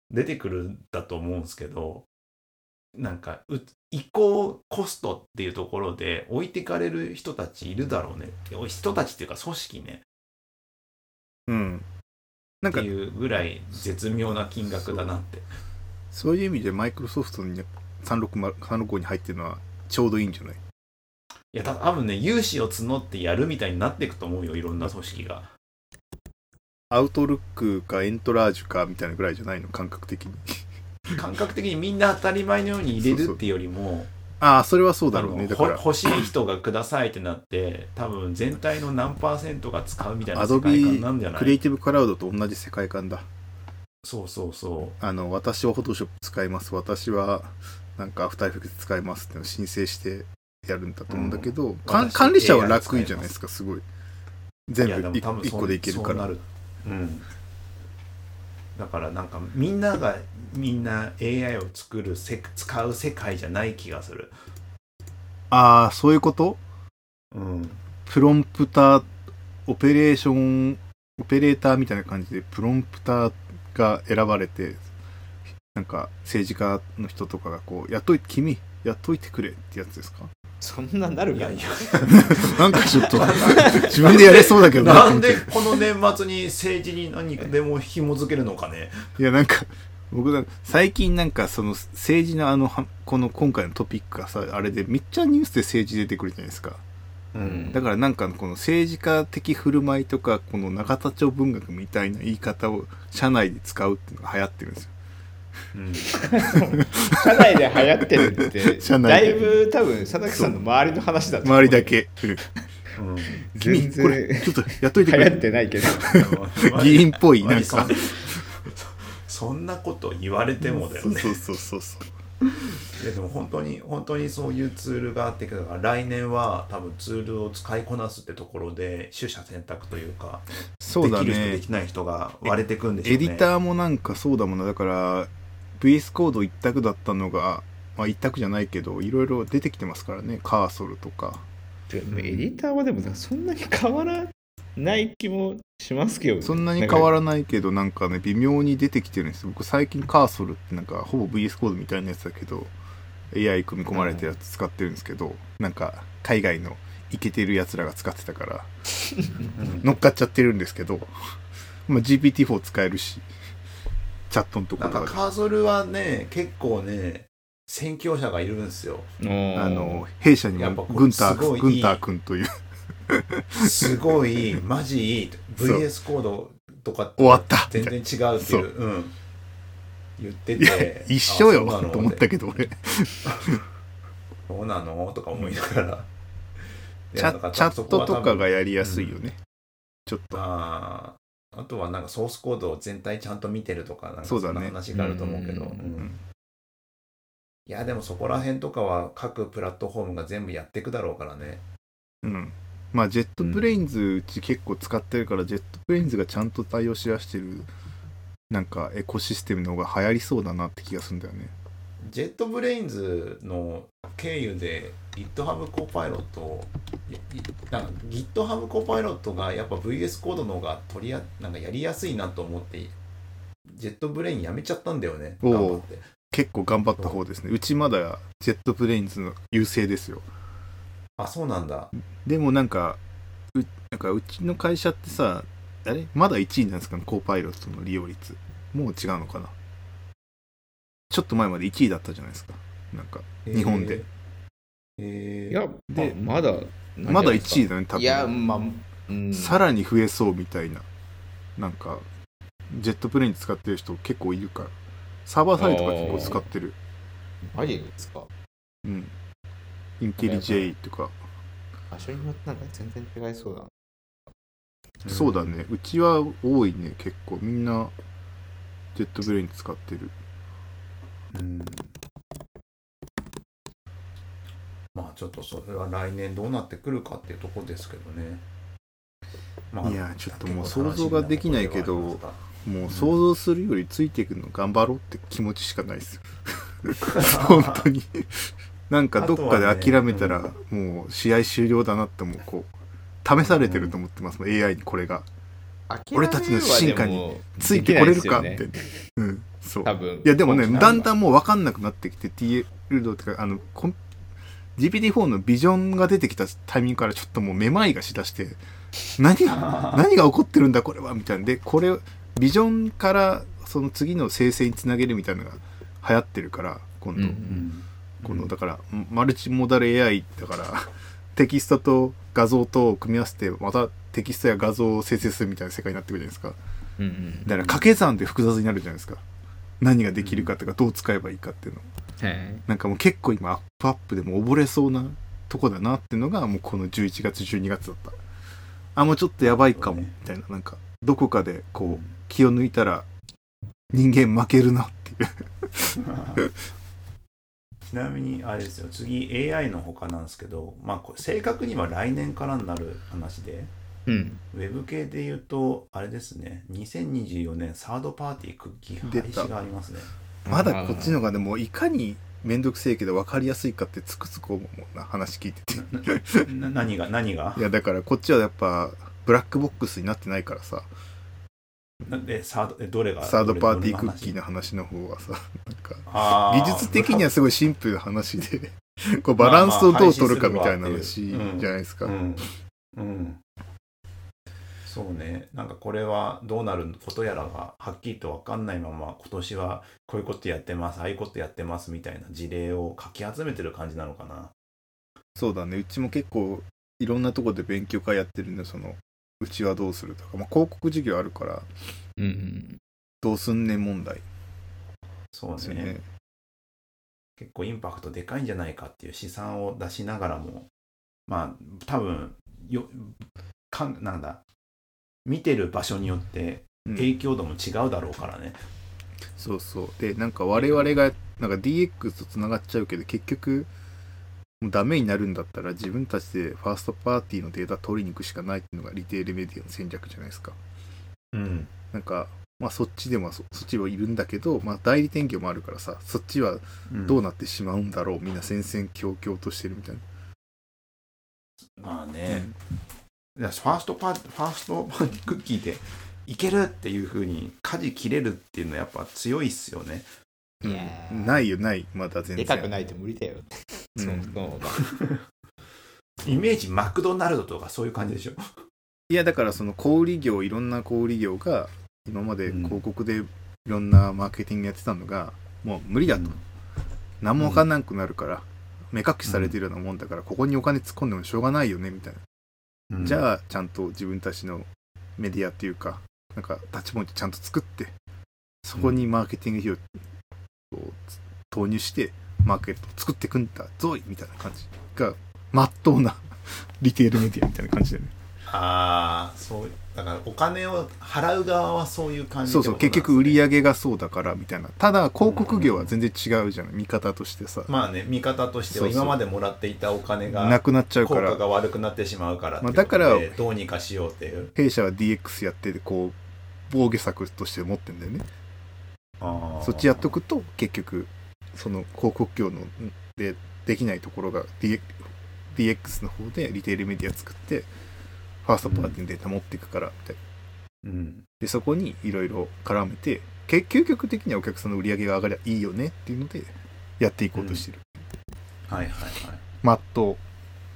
出てくるんだと思うんですけど、なんか移行コストっていうところで置いてかれる人たちいるだろうね。人たちっていうか組織ね。 うん。なんかっていうぐらい絶妙な金額だなって。 そう、そういう意味でマイクロソフトにさんろくごに入ってるのはちょうどいいんじゃない？ いや多分ね、融資を募ってやるみたいになっていくと思うよ、いろんな組織が。 アウトルックかエントラージュかみたいなぐらいじゃないの、感覚的に。 感覚的にみんな当たり前のように入れるっていうよりも、そうそう、 ああ、それはそうだろうね。だから欲しい人がくださいってなって多分全体の何パーセントが使うみたいな世界観なんじゃない？ アドビクリエイティブクラウドと同じ世界観だ。 そうそうそう。 あの私はフォトショップ使います、私はなんかアフターエフェクツ使いますってのを申請してやるんだと思うんだけど、うん、管理者は楽いいじゃないですか。すごい全部いっこでいけるから。 うん、だからなんかみんながみんな エーアイ を作るせ使う世界じゃない気がする。 ああ、そういうこと？ うん。 プロンプターオペレーションオペレーターみたいな感じでプロンプターが選ばれて、なんか政治家の人とかがこう雇い君雇いてくれってやつですか？ そんななるか？いやいやなんかちょっと自分でやれそうだけどなんでこの年末に政治に何でも紐づけるのかね。 いやなんか僕なんか最近なんかその政治のあのこの今回のトピックがさ、あれでめっちゃニュースで政治出てくるじゃないですか。うん、だからなんかこの政治家的振る舞いとかこの永田町文学みたいな言い方を社内で使うっていうのが流行ってるんですよ。 うん、社内で流行ってるってだいぶ多分佐々木さんの周りの話だと思う。 周りだけ、 うん、全然これちょっとやっといてくれ。 流行ってないけど議員っぽいなんかそんなこと言われてもだよね。 そうそうそうそう。 いやでも本当に本当にそういうツールがあってから、来年は多分ツールを使いこなすってところで取捨選択というか、 そうだね、 できる人できない人が割れてくんでしょうね。 エディターもなんかそうだもんな。だから ブイエス コード一択だったのが、まあ一択じゃないけどいろいろ出てきてますからね。カーソルとか。 エディターはでもそんなに変わらない気もしますけど、ね、 そんなに変わらないけどなんかね微妙に出てきてるんです。僕最近カーソルってなんかほぼ ブイエス コードみたいなやつだけど エーアイ 組み込まれたやつ使ってるんですけど、うん、なんか海外のイケてるやつらが使ってたから乗っかっちゃってるんですけど、まあ、ジーピーティーフォー 使えるしチャットのところなんかカーソルはね結構ね宣教者がいるんですよ。 あの弊社にもグンターグンター君というすごいマジいい ブイエス コードとか終わった全然違うっていう、うん、言ってて一緒よと思ったけど俺そうなのとか思いながらチャ、チャットとかがやりやすいよね、うん、ちょっとああとはなんかソースコードを全体ちゃんと見てるとかなんかそんな話があると思うけど、うんうん、いやでもそこら辺とかは各プラットフォームが全部やっていくだろうからね。 うん、まあジェットブレインズうち結構使ってるから、うん、ジェットブレインズがちゃんと対応しだしてるなんかエコシステムの方が流行りそうだなって気がするんだよね。 ジェットブレインズの経由で GitHub コパイロットなんか GitHub コパイロットがやっぱ ブイエス コードの方が取りやなんかやりやすいなと思ってジェットブレインやめちゃったんだよね。頑張って結構頑張った方ですね。うちまだジェットブレインズの優勢ですよ。 あ、そうなんだ。 でもなんか う, なんかうちの会社ってさ、あれまだいちいなんですかね、コーパイロットの利用率。もう違うのかな。ちょっと前までいちいだったじゃないですか。なんか日本で。 えー、いやでまだまだいちいだね多分。 いやまあ、 うん、さらに増えそうみたいな。なんかジェットブレイン使ってる人結構いるから。サーバーサイドとか結構使ってる。 マジですか？ うん。インテリジェイとか。 場所によってなんか全然違いそうだ。 そうだね。うちは多いね結構。みんなジェットブレイン使ってる。 うん。まあちょっとそれは来年どうなってくるかっていうところですけどね。 まあ、いやちょっともう想像ができないけど、もう想像するよりついていくの頑張ろうって気持ちしかないですよ。本当に。なんかどっかで諦めたらもう試合終了だなってもうこう試されてると思ってます、うん、エーアイ にこれが俺たちの進化についてこれるかって、うん、 そう多分いやでもねこっちだんだんもう分かんなくなってきて ティーエル とかあのコン ジーピーティーフォー のビジョンが出てきたタイミングからちょっともうめまいがしだして何が何が起こってるんだこれはみたいなんで、これビジョンからその次の生成につなげるみたいなのが流行ってるから今度、 うんうんこのだからマルチモーダル エーアイ だからテキストと画像と組み合わせてまたテキストや画像を生成するみたいな世界になってくるじゃないですか。 うんうん、 だから掛け算で複雑になるじゃないですか。何ができるかとかどう使えばいいかっていうの、 はい、 なんかもう結構今アップアップでも溺れそうなとこだなっていうのがもうこのじゅういちがつじゅうにがつだった。あもうちょっとやばいかもみたいな、なんかどこかでこう気を抜いたら人間負けるなっていうちなみにあれですよ、次 エーアイ の他なんですけど、まあこれ正確には来年からになる話で、 うん、 ウェブ系で言うとあれですね、にせんにじゅうよねんサードパーティークッキー廃止がありますね。 まだこっちのがでもいかにめんどくせえけど分かりやすいかってつくづく思うもんな、話聞いててな何が何がいやだからこっちはやっぱブラックボックスになってないからさ、 なんでサードえどれがサードパーティークッキーの話の方はさ、なんか技術的にはすごいシンプルな話でこうバランスをどう取るかみたいな話じゃないですか。 うんうん、そうね、なんかこれはどうなることやらがはっきりと分かんないまま今年はこういうことやってます、ああいうことやってますみたいな事例をかき集めてる感じなのかな。 そうだね、うちも結構いろんなところで勉強会やってるんで、そのうちはどうするとか、まあ、広告事業あるから、 うんうん、 どうすんねん問題。 そうね、ね結構インパクトでかいんじゃないかっていう試算を出しながらも、まあ多分よかんなんだ見てる場所によって影響度も違うだろうからね、 うん、そうそうでなんか我々がなんか ディーエックス とつながっちゃうけど結局もうダメになるんだったら自分たちでファーストパーティーのデータ取りに行くしかないっていうのがリテールメディアの戦略じゃないですか。 うんなんかまあそっちでも そ, そっちはいるんだけど、まあ代理店業もあるからさ、そっちはどうなってしまうんだろう、うん、みんな戦々恐々としてるみたいな。まあね、うん、ファーストパーファーストパーティークッキーでいけるっていう風に舵切れるっていうのはやっぱ強いっすよね。 いやないよないまだ全然でかくないと無理だよ。 うん、 そうそうイメージマクドナルドとかそういう感じでしょ。 いやだからその小売業いろんな小売業が今まで広告でいろんなマーケティングやってたのがもう無理だと、うん、何も分かんなくなるから、うん、目隠しされてるようなもんだからここにお金突っ込んでもしょうがないよねみたいな、うん、じゃあちゃんと自分たちのメディアっていうかなんかタッチポイントちゃんと作ってそこにマーケティング費用を投入してマーケットを作っていくんだぞいみたいな感じがまっとうなリテールメディアみたいな感じだよね。 ああ、そうだからお金を払う側はそういう感じってことなんですね。そうそう、結局売り上げがそうだからみたいな。ただ広告業は全然違うじゃない、見方としてさ。 まあね、見方としては今までもらっていたお金がなくなっちゃうから、 効果が悪くなってしまうからってまあ、だからどうにかしようっていう。 弊社は ディーエックス やっててこう防御策として持ってんだよね。あそっちやっとくと結局その広告業のでできないところが ディーエックス の方でリテールメディア作ってファーストパーティーのデータ持っていくからって、うん、でそこにいろいろ絡めて究極的にはお客さんの売り上げが上がりゃいいよねっていうのでやっていこうとしてる、 うん、はいはいはいまっとう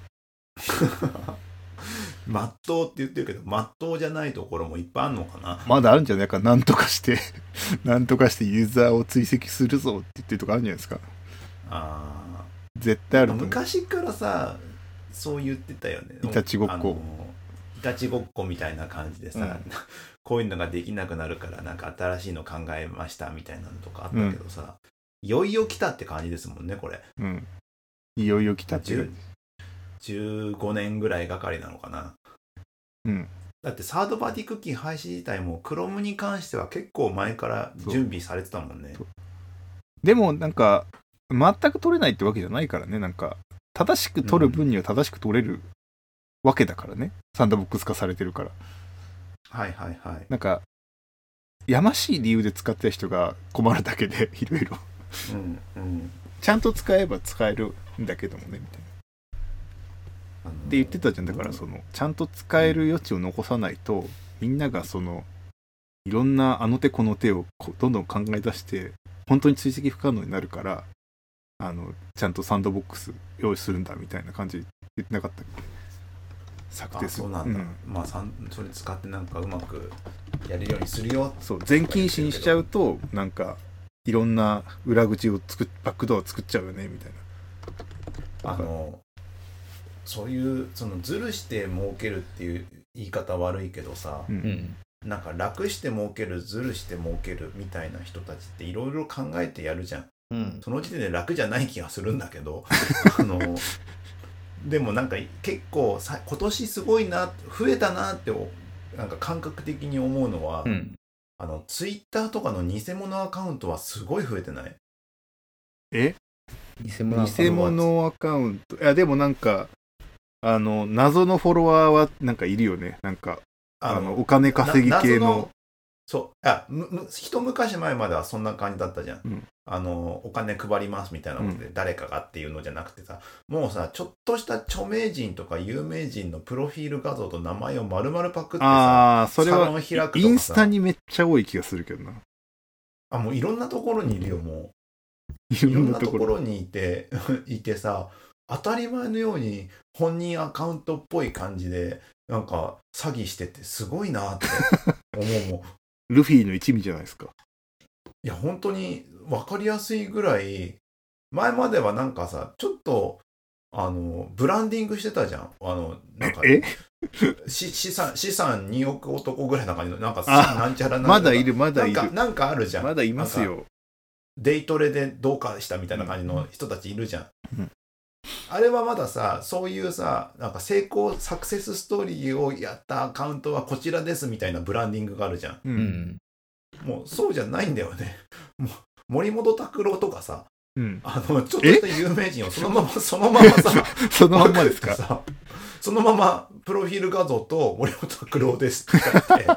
まっとうって言ってるけどまっとうじゃないところもいっぱいあるのかな。 まだあるんじゃないか、なんとかしてなんとかしてユーザーを追跡するぞって言ってるとこあるんじゃないですか。 あ絶対あると思う。 昔からさそう言ってたよね、 いたちごっこいたちごっこみたいな感じでさ、うん、こういうのができなくなるからなんか新しいの考えましたみたいなのとかあったけどさ、うん、いよいよ来たって感じですもんねこれ、うん、 いよいよ来たってじゅうごねんぐらいがかりなのかな、うん、だってサードパーティークッキー廃止自体も Chrome に関しては結構前から準備されてたもんね。 でもなんか全く取れないってわけじゃないからね。なんか正しく取る分には正しく取れるわけだからね、うん、サンドボックス化されてるから。 はいはいはい。 なんかやましい理由で使ってた人が困るだけでいろいろちゃんと使えば使えるんだけどもねみたいなで言ってたじゃん。だからそのちゃんと使える余地を残さないとみんながそのいろんなあの手この手をどんどん考え出して本当に追跡不可能になるからあのちゃんとサンドボックス用意するんだみたいな感じ言ってなかったっけ。策定する。 そうなんだ、うん、まあそれ使ってなんかうまくやれるようにするよ。 そう全禁止にしちゃうとなんかいろんな裏口を作っバックドアを作っちゃうよねみたいな。あのそういうそのずるして儲けるっていう言い方悪いけどさ、うん、なんか楽して儲けるずるして儲けるみたいな人たちっていろいろ考えてやるじゃん、うん、その時点で楽じゃない気がするんだけどあのでもなんか結構さ今年すごいな増えたなってなんか感覚的に思うのは、うん、あのツイッターとかの偽物アカウントはすごい増えてない？ え？ 偽物偽物アカウント？いやでもなんかあの謎のフォロワーはなんかいるよね。なんかあのあのお金稼ぎ系 の, のそうあむむ一昔前まではそんな感じだったじゃん、うん、あのお金配りますみたいなことで誰かがっていうのじゃなくてさ、うん、もうさちょっとした著名人とか有名人のプロフィール画像と名前を丸々パクってさあそれはサロン開くとかさインスタにめっちゃ多い気がするけどな。 あもういろんなところにいるよ。もういろんなところにいていてさ当たり前のように本人アカウントっぽい感じでなんか詐欺しててすごいなって思うもん。 ルフィの一味じゃないですか。 いや本当に分かりやすいぐらい前まではなんかさちょっとあのブランディングしてたじゃん。あのなんかえ資産資産におく男ぐらいな感じのなんかなんちゃらなんまだいるまだいるなんかなんかあるじゃん。 まだいますよ。 デイトレでどうかしたみたいな感じの人たちいるじゃん、うんあれはまださそういうさなんか成功サクセスストーリーをやったアカウントはこちらですみたいなブランディングがあるじゃん、うん、もうそうじゃないんだよね。もう森本拓郎とかさ、うん、あのちょっとした有名人をそのままそのままさそのままですかさそのままプロフィール画像と森本拓郎ですって書いて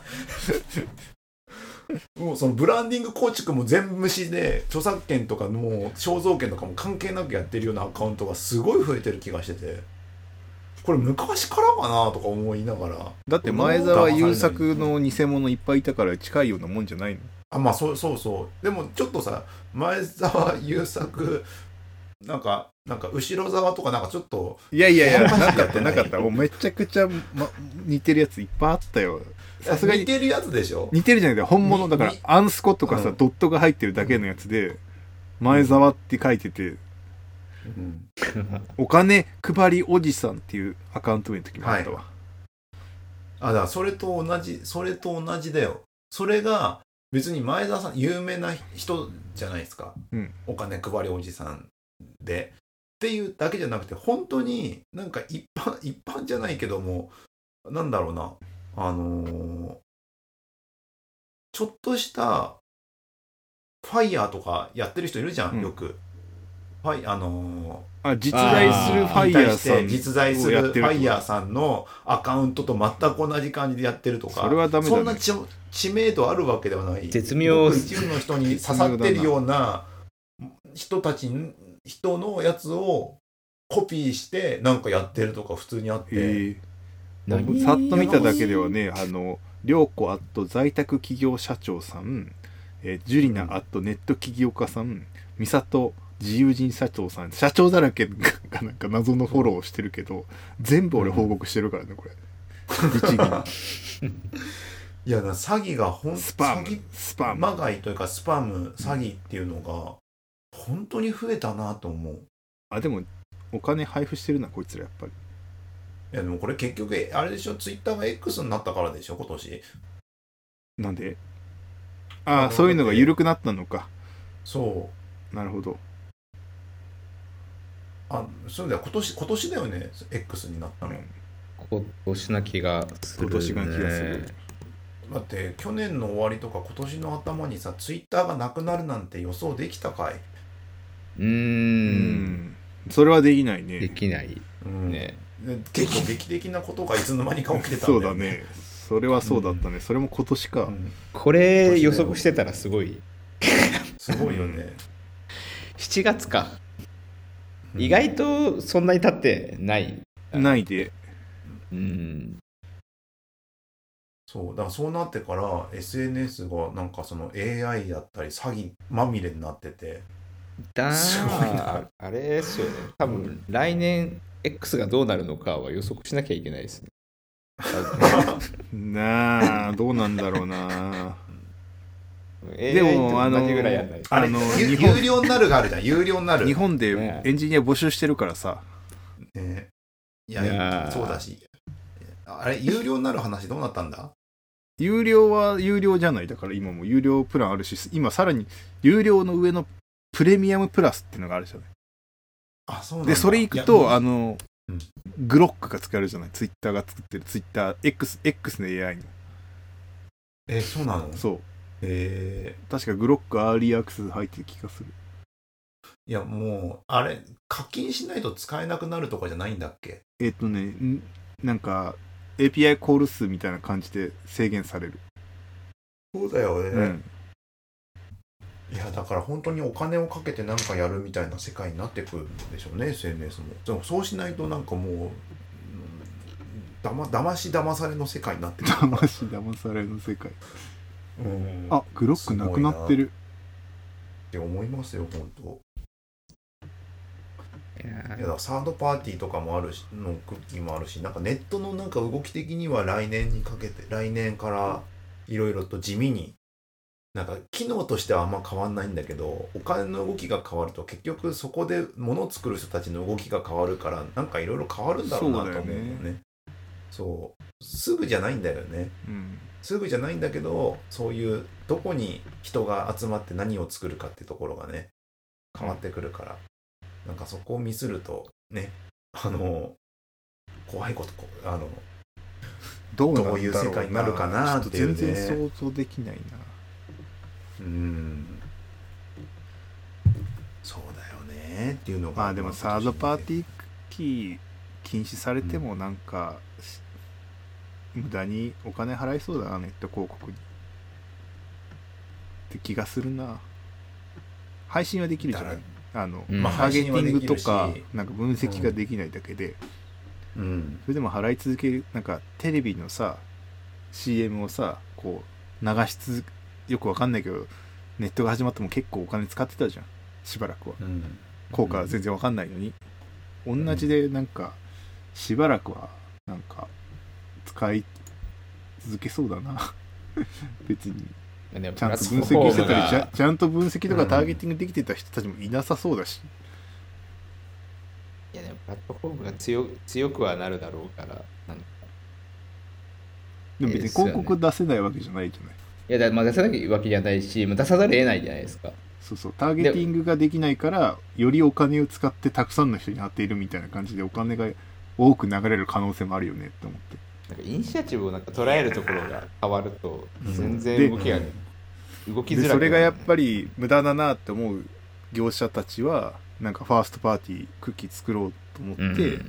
もうそのブランディング構築も全無視で著作権とかもう肖像権とかも関係なくやってるようなアカウントがすごい増えてる気がしててこれ昔からかなとか思いながら。 だって前澤友作の偽物いっぱいいたから近いようなもんじゃないの？ あまあそうそうそうでもちょっとさ前澤友作なんかなんか後ろ沢とかなんかちょっといやいやいやなかったなかったもうめちゃくちゃ、ま、似てるやついっぱいあったよ。 さすがに似てるやつでしょ。 似てるじゃなくて本物だからアンスコとかさ、うん、ドットが入ってるだけのやつで前澤って書いてて、うん、お金配りおじさんっていうアカウント名の時もあったわ、はい、 あだからそれと同じそれと同じだよ。それが別に前澤さん有名な人じゃないですか、うん、お金配りおじさんでっていうだけじゃなくて本当になんか一般一般じゃないけどもなんだろうなあのー、ちょっとしたファイヤーとかやってる人いるじゃん、うん、よくファイあのー、あ実在するファイヤーさん実在するファイヤーさんのアカウントと全く同じ感じでやってるとかそれはダメだね。 そんな知、知名度あるわけではない絶妙一部の人に刺さってるような人たち人のやつをコピーしてなんかやってるとか普通にあって、えー、さっと見ただけではねあの涼子アット在宅企業社長さん、えー、ジュリナアットネット起業家さん美里自由人社長さん社長だらけがなんか謎のフォローをしてるけど全部俺報告してるからねこれ律儀にいやだ詐欺がほんスパム詐欺スパムまがいというかスパム詐欺っていうのが本当に増えたなと思う。 あでもお金配布してるなこいつらやっぱり。 いやでもこれ結局あれでしょツイッターが X になったからでしょ今年。 なんでああそういうのが緩くなったのか。 そうなるほど。 あそうだよ今年今年だよね X になったの、うん、 今年な気がする、ね、 今年が気がする。 だって去年の終わりとか今年の頭にさツイッターがなくなるなんて予想できたかい？ うーんそれはできないね。 できない、うんね、 結構劇的なことがいつの間にか起きてたんだよね。そうだねそれはそうだったね、うん、それも今年か、うん、 これ予測してたらすごいすごいよねしちがつか、うん、意外とそんなに経ってないないでうんそうだからそうなってから エスエヌエス がなんかその エーアイ だったり詐欺まみれになっててだすごいな。 あれですよね。多分来年 X がどうなるのかは予測しなきゃいけないですね。 なあどうなんだろうな。 でもあのぐらいやんない。 あれの有料になるがあるじゃん。有料になる。 日本でエンジニア募集してるからさ。 ね、いやいやそうだし。あれ有料になる話どうなったんだ？ 有料は有料じゃない。だから今も有料プランあるし、今さらに有料の上のプレミアムプラスっていうのがあるじゃない。 あ、そうなんだ。 でそれいくとあの、うん、グロックが使えるじゃない。ツイッターが作ってるツイッター X, X の エーアイ に。 えそうなの？ そう。 えー、確かグロックアーリーアクセス入ってる気がする。 いやもうあれ課金しないと使えなくなるとかじゃないんだっけ？ えっ、ー、とねんなんか エーピーアイ コール数みたいな感じで制限される。 そうだよね、 うん、 いやだから本当にお金をかけて何かやるみたいな世界になってくるんでしょうね エスエヌエス も。でもそうしないとなんかもうだまだましだまされの世界になってくる。 だましだまされの世界。 うん、 あグロックなくなってるって思いますよ本当。いやだからサードパーティーとかもあるしのクッキーもあるし、なんかネットのなんか動き的には来年にかけて来年からいろいろと地味になんか機能としてはあんま変わんないんだけど、お金の動きが変わると結局そこで物を作る人たちの動きが変わるからなんかいろいろ変わるんだろうなと思うよね。そうすぐじゃないんだよね、うん、すぐじゃないんだけどそういうどこに人が集まって何を作るかってところがね変わってくるから、うん、なんかそこをミスるとねあの怖いことあのどうなんだろうな、 どういう世界になるかなっていうね。 全然想像できないな。 うんそうだよねっていうのが。 まあでもサードパーティークッキー禁止されてもなんか、うん、無駄にお金払いそうだなネット広告にって気がするな。配信はできるじゃない。あの、うん、ターゲティングとかなんか分析ができないだけで、うん、それでも払い続ける。なんかテレビのさ シーエム をさこう流し続けよくわかんないけどネットが始まっても結構お金使ってたじゃんしばらくは、うん、効果は全然わかんないのに、うん、同じでなんかしばらくはなんか使い続けそうだな別にちゃんと分析してたりちゃ、ちゃんと分析とかターゲティングできてた人たちもいなさそうだし、 うん、いやでもプラットフォームが 強, 強くはなるだろうからなんかでも別に広告出せないわけじゃないじゃない。 いやだ、まあ、出さないわけじゃないし出さざるを得ないじゃないですか。 そうそうターゲティングができないからよりお金を使ってたくさんの人に当てるみたいな感じでお金が多く流れる可能性もあるよねって思って、 なんかイニシアチブをなんか捉えるところが変わると全然動きが、ねうん、動きづらくなる、ね、 それがやっぱり無駄だなって思う業者たちはなんかファーストパーティークッキー作ろうと思って、うん、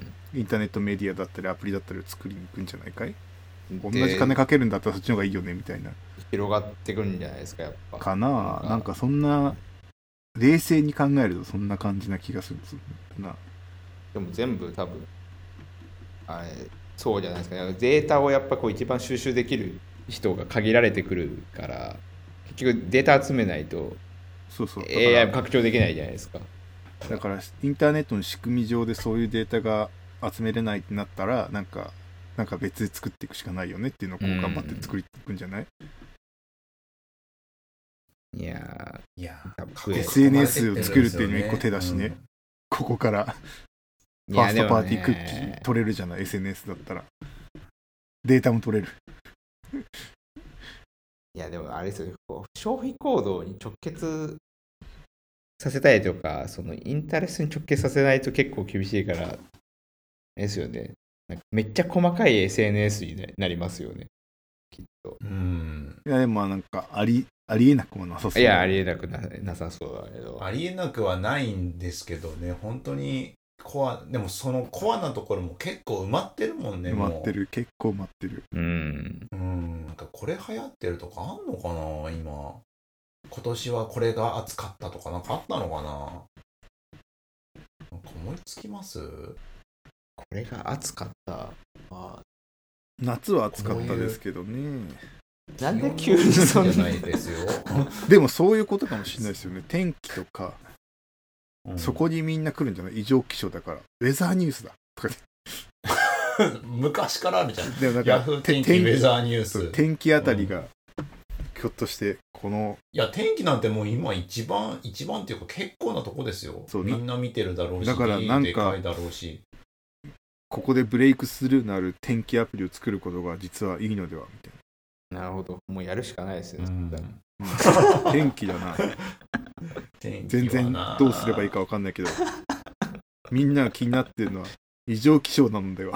インターネットメディアだったりアプリだったりを作りに行くんじゃないかい。同じ金かけるんだったらそっちの方がいいよねみたいな広がってくるんじゃないですかやっぱかな。なんか、なんかそんな冷静に考えるとそんな感じな気がするな。 でも全部多分あれそうじゃないですかね。データをやっぱこう一番収集できる人が限られてくるから結局データ集めないとそうそうエーアイ も拡張できないじゃないですか。 だからインターネットの仕組み上でそういうデータが集めれないってなったらなんかなんか別で作っていくしかないよねっていうのをこう頑張って作りていくんじゃない、 うん、いやいやエスエヌエス を作るっていうのも一個手だしね、うん、ここからファーストパーティークッキー取れるじゃない エスエヌエス だったらデータも取れるいやでもあれですよ、消費行動に直結させたいとかそのインタレストに直結させないと結構厳しいからですよね。なんかめっちゃ細かい エスエヌエス になりますよねきっと。 うんいやでもなんかありありえなくもなさそう。 いやありえなく な, なさそうだけどありえなくはないんですけどね。本当にコアでもそのコアなところも結構埋まってるもんね。 埋まってる結構埋まってる。 うんうんなんかこれ流行ってるとかあんのかな今。今年はこれが熱かったとかなんかあったのかな。なんか思いつきます？ これが熱かったは夏は暑かったですけどね。 なんで急にそんなじゃないですよでもそういうことかもしれないですよね。天気とか、 うん、 そこにみんな来るんじゃない？異常気象だからウェザーニュースだとか昔からあるじゃん。 でもなんかヤフー天気ウェザーニュース。 天気あたりがひょっとしてこのいや天気なんてもう今一番一番っていうか結構なとこですよ。みんな見てるだろうし、 だからなんかでかいだろうし、 ここでブレイクスルーのある天気アプリを作ることが実はいいのではみたいな。なるほど。もうやるしかないですね。 うんな、うん、天気だな天気全然どうすればいいか分かんないけどみんなが気になってるのは異常気象なのでは。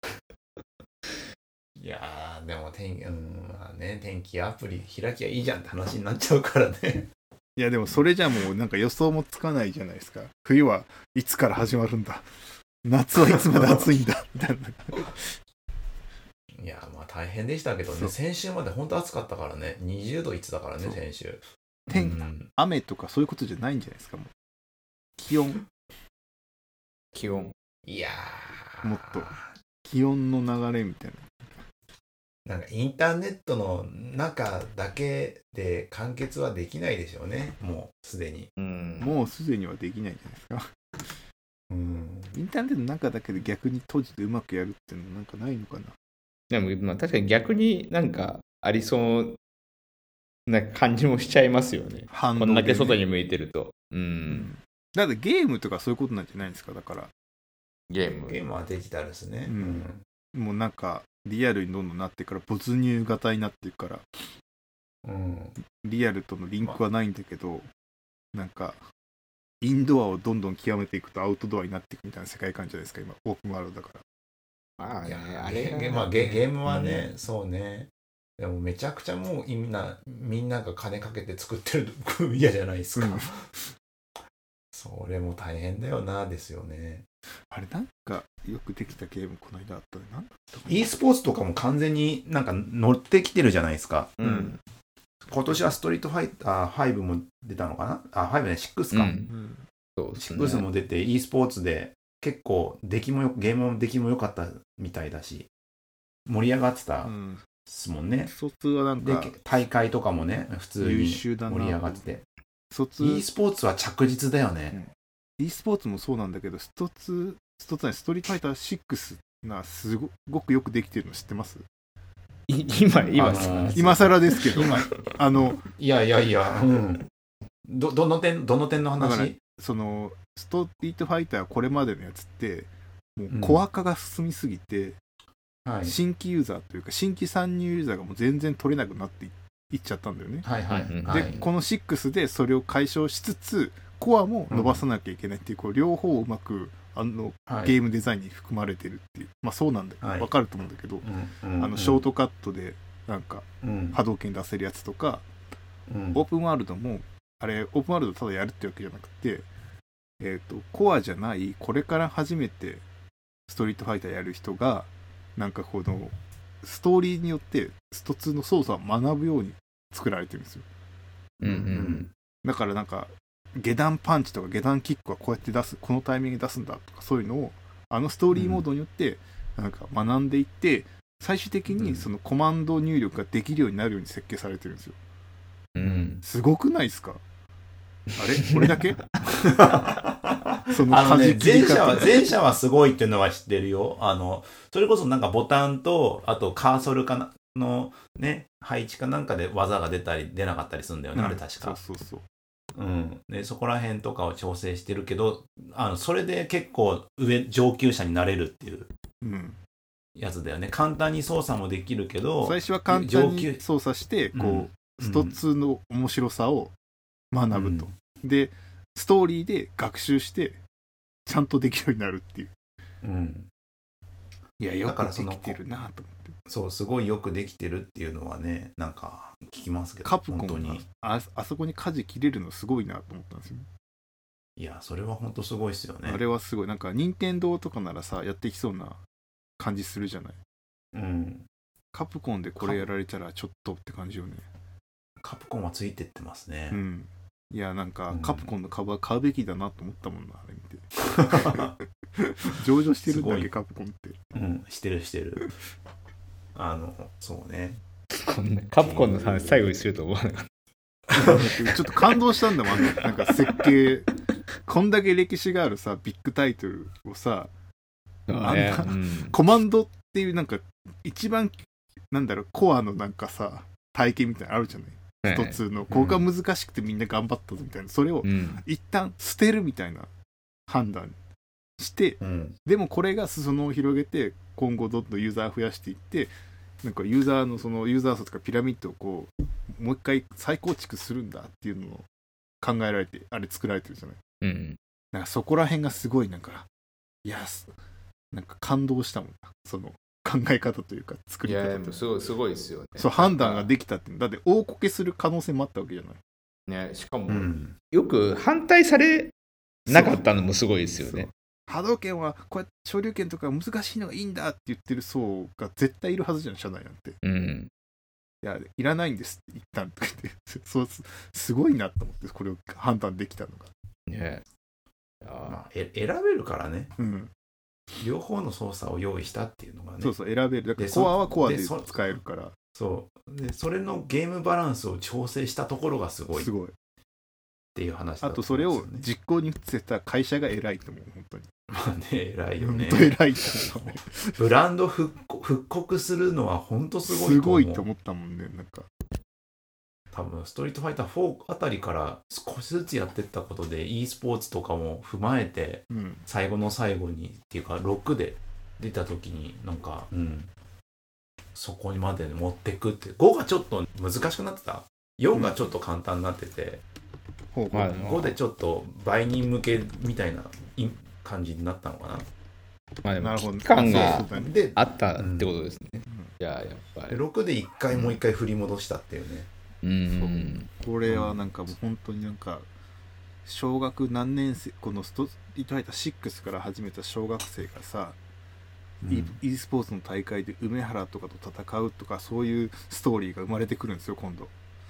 いやーでも天気、うんまあね、天気アプリ開きゃいいじゃんって話になっちゃうからね。 いやでもそれじゃもうなんか予想もつかないじゃないですか。冬はいつから始まるんだ、夏はいつまで暑いんだみたいな。 いやまあ大変でしたけどね。先週まで本当暑かったからね。にじゅうどいってたからね先週。 天、 うん、 雨とかそういうことじゃないんじゃないですか。もう気温気温いやーもっと気温の流れみたいな。 なんかインターネットの中だけで完結はできないでしょうね。もうすでに、 うん、 もうすでにはできないじゃないですか。 うん、 インターネットの中だけで逆に閉じてうまくやるっていうのなんかないのかな。 でもまあ確かに逆になんかありそうな感じもしちゃいますよね。 反動でね、 こんだけ外に向いてると。うん。うん、 だってゲームとかそういうことなんじゃないんですか。だからゲームゲームはデジタルですね。 うん、もうなんかリアルにどんどんなってから没入型になっていくから、 うん、 リアルとのリンクはないんだけど、なんかインドアをどんどん極めていくとアウトドアになっていくみたいな世界観じゃないですか今オープンワールドだから。 まあね、 あれゲ、まあ、ゲ, ゲームはね、うん、そうね。でもめちゃくちゃもうみんなみんなが金かけて作ってる分野じゃないですか。うん、それも大変だよなですよね。 あれなんかよくできたゲームこの間あったね。なんだったかな。 e スポーツとかも完全になんか乗ってきてるじゃないですか。 うん、 今年はストリートファイターファイブも出たのかなあ、ファイブね、シックスか。うん、 そうですね、 シックスも出て e スポーツで結構出来もよゲームも出来も良かったみたいだし盛り上がってたですもんね。 うん、卒はなんかで大会とかもね普通に盛り上がってて、 卒 e スポーツは着実だよね。 うん、e スポーツもそうなんだけど、ストツストツはストリートファイターシックスがすごくよくできてるの知ってます？ 今今、 あのー、今更ですけど今あのいやいやいや、うん、ど, どの点どの点の話？ そのストリートファイターこれまでのやつってもうコア化が進みすぎて、うんはい、新規ユーザーというか新規参入ユーザーがもう全然取れなくなっていっちゃったんだよね。 はいはいで、 はい、 このシックスでそれを解消しつつコアも伸ばさなきゃいけないっていう、こう両方をうまくあの、はい、ゲームデザインに含まれてるっていう、まあそうなんだよ、はい、分かると思うんだけど、うんうん、あのショートカットでなんか波動拳出せるやつとか、うん、オープンワールドもあれオープンワールドただやるってわけじゃなくて、えーと、コアじゃないこれから初めてストリートファイターやる人がなんかこのストーリーによってストツーの操作を学ぶように作られてるんですよ。 うんうん、 だからなんか下段パンチとか下段キックはこうやって出すこのタイミングで出すんだとかそういうのをあのストーリーモードによってなんか学んでいって最終的にそのコマンド入力ができるようになるように設計されてるんですよ。 うん、 すごくないですか？あれこれだけそのあのね、前者は前者はすごいっていうのは知ってるよ。あのそれこそなんかボタンとあとカーソルかなのね配置かなんかで技が出たり出なかったりするんだよね、うん、あれ確か。 そうそうそう。 うん、でそこら辺とかを調整してるけど、あのそれで結構上上級者になれるっていうやつだよね。簡単に操作もできるけど、 最初は簡単に操作してこう、うん、ストツーの面白さを学ぶと、うん、でストーリーで学習してちゃんとできるようになるっていう、 うん、 いやよくできてるなと思って。 そうすごいよくできてるっていうのはねなんか聞きますけど、 カプコン本当にあ, あそこに舵切れるのすごいなと思ったんですよ。 いやそれは本当すごいですよね。 あれはすごい。なんか任天堂とかならさやっていきそうな感じするじゃない。 うん。 カプコンでこれやられたらちょっとって感じよね。 カプコンはついてってますね。 うん。いやなんか、うん、カプコンの株は買うべきだなと思ったもんなあれ見て。上場してるんだっけカプコンって。 うんしてるしてる。 あのそうねこんなカプコンの話最後にすると思わなかったちょっと感動したんだもん、なんか設計こんだけ歴史があるさビッグタイトルをさ、あんな、 ねうん、 コマンドっていうなんか一番なんだろうコアのなんかさ体験みたいなのあるじゃない、一つのここが難しくてみんな頑張ったぞみたいな、それを一旦捨てるみたいな判断して、うん、でもこれが裾野を広げて今後どんどんユーザー増やしていって、なんかユーザーのそのユーザー層とかピラミッドをこうもう一回再構築するんだっていうのを考えられてあれ作られてるじゃない、うん、なんかそこら辺がすごいなんかいやなんか感動したもんな、その考え方というか作り方というか、いやすごいすごいですよね。 そう判断ができたって、だって大こけする可能性もあったわけじゃないね。しかも、うん、よく反対されなかったのもすごいですよね。 波動拳はこうやって昇竜拳とか難しいのがいいんだって言ってる層が絶対いるはずじゃん、社内なんて。うん、いやいらないんですって一旦とか言ってそうすごいなと思って、これを判断できたのがね。あ、え選べるからね、うん、両方の操作を用意したっていうのがね。 そうそう選べる、だからコアはコアで使えるから、 そうでそれのゲームバランスを調整したところがすごいすごいっていう話だ、ね、あとそれを実行に移せた会社が偉いと思う、本当に。 まあね、偉いよね。 本当偉いと思う。 ブランド復刻、復刻するのは本当すごいと思う。 すごいと思ったもんね。なんか多分ストリートファイターフォーあたりから少しずつやってったことで e スポーツとかも踏まえて、うん、最後の最後にっていうかろくで出た時になんか、うん、そこにまで持ってくって、ごがちょっと難しくなってた、よんがちょっと簡単になってて、うん、ごでちょっと売人向けみたいな感じになったのかな。 まあでも期間があったってことですね。うん、じゃあやっぱりろくでいっかいもういっかい振り戻したっていうね。 うん、これはなんかもう本当になんか小学何年生、このストリートファイターシックスから始めた小学生がさ、うん、e スポーツの大会で梅原とかと戦うとか、そういうストーリーが生まれてくるんですよ今度。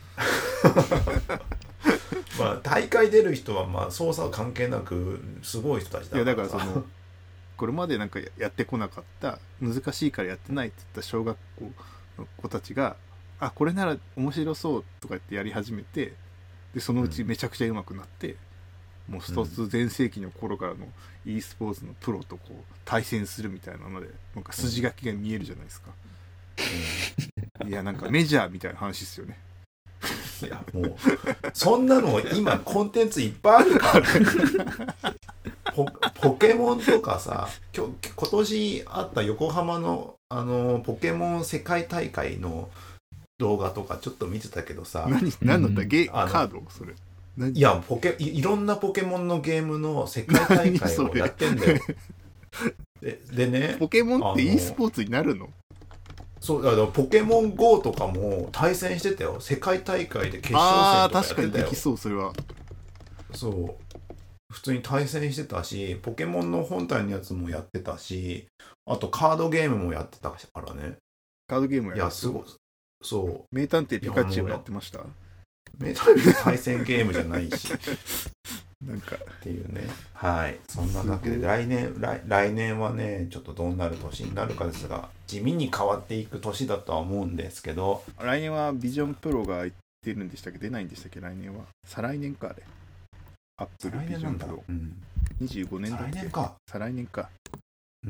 まあ大会出る人はまあ操作は関係なくすごい人たちだから。 いやだからそのこれまでなんかやってこなかった、難しいからやってないって言った小学校の子たちが、あこれなら面白そうとか言ってやり始めて、でそのうちめちゃくちゃ上手くなって、うん、もう一つ全盛期の頃からの e スポーツのプロとこう対戦するみたいなので、なんか筋書きが見えるじゃないですか、うん、いやなんかメジャーみたいな話ですよね。 いやもうそんなの今コンテンツいっぱいあるからポ, ポケモンとかさ、今日今年あった横浜のあのポケモン世界大会の動画とかちょっと見てたけどさ、 何何だった、ゲーカードそれ、 いやポケ い, いろんなポケモンのゲームの世界大会をやってんだよ。で, でね、 ポケモンって e スポーツになるの？ そうだからポケモン ゴー とかも対戦してたよ、世界大会で決勝戦とかやってたよ。あー確かにできそう、それは。 そう普通に対戦してたし、ポケモンの本体のやつもやってたし、あとカードゲームもやってたからね。 カードゲームやってた。 いやすごい。そう名探偵ピカチュウやってました？ 名探偵対戦ゲームじゃないしなんかっていうね。はい、そんなだけで来年 来, 来年はねちょっとどうなる年になるかですが、地味に変わっていく年だとは思うんですけど、 来年はビジョンプロが出るんでしたっけ、出ないんでしたっけ、来年は再来年か、あれアップルビジョンプロ、うん、にじゅうごねんだっけ、 再来年か、 再来年か、 うん、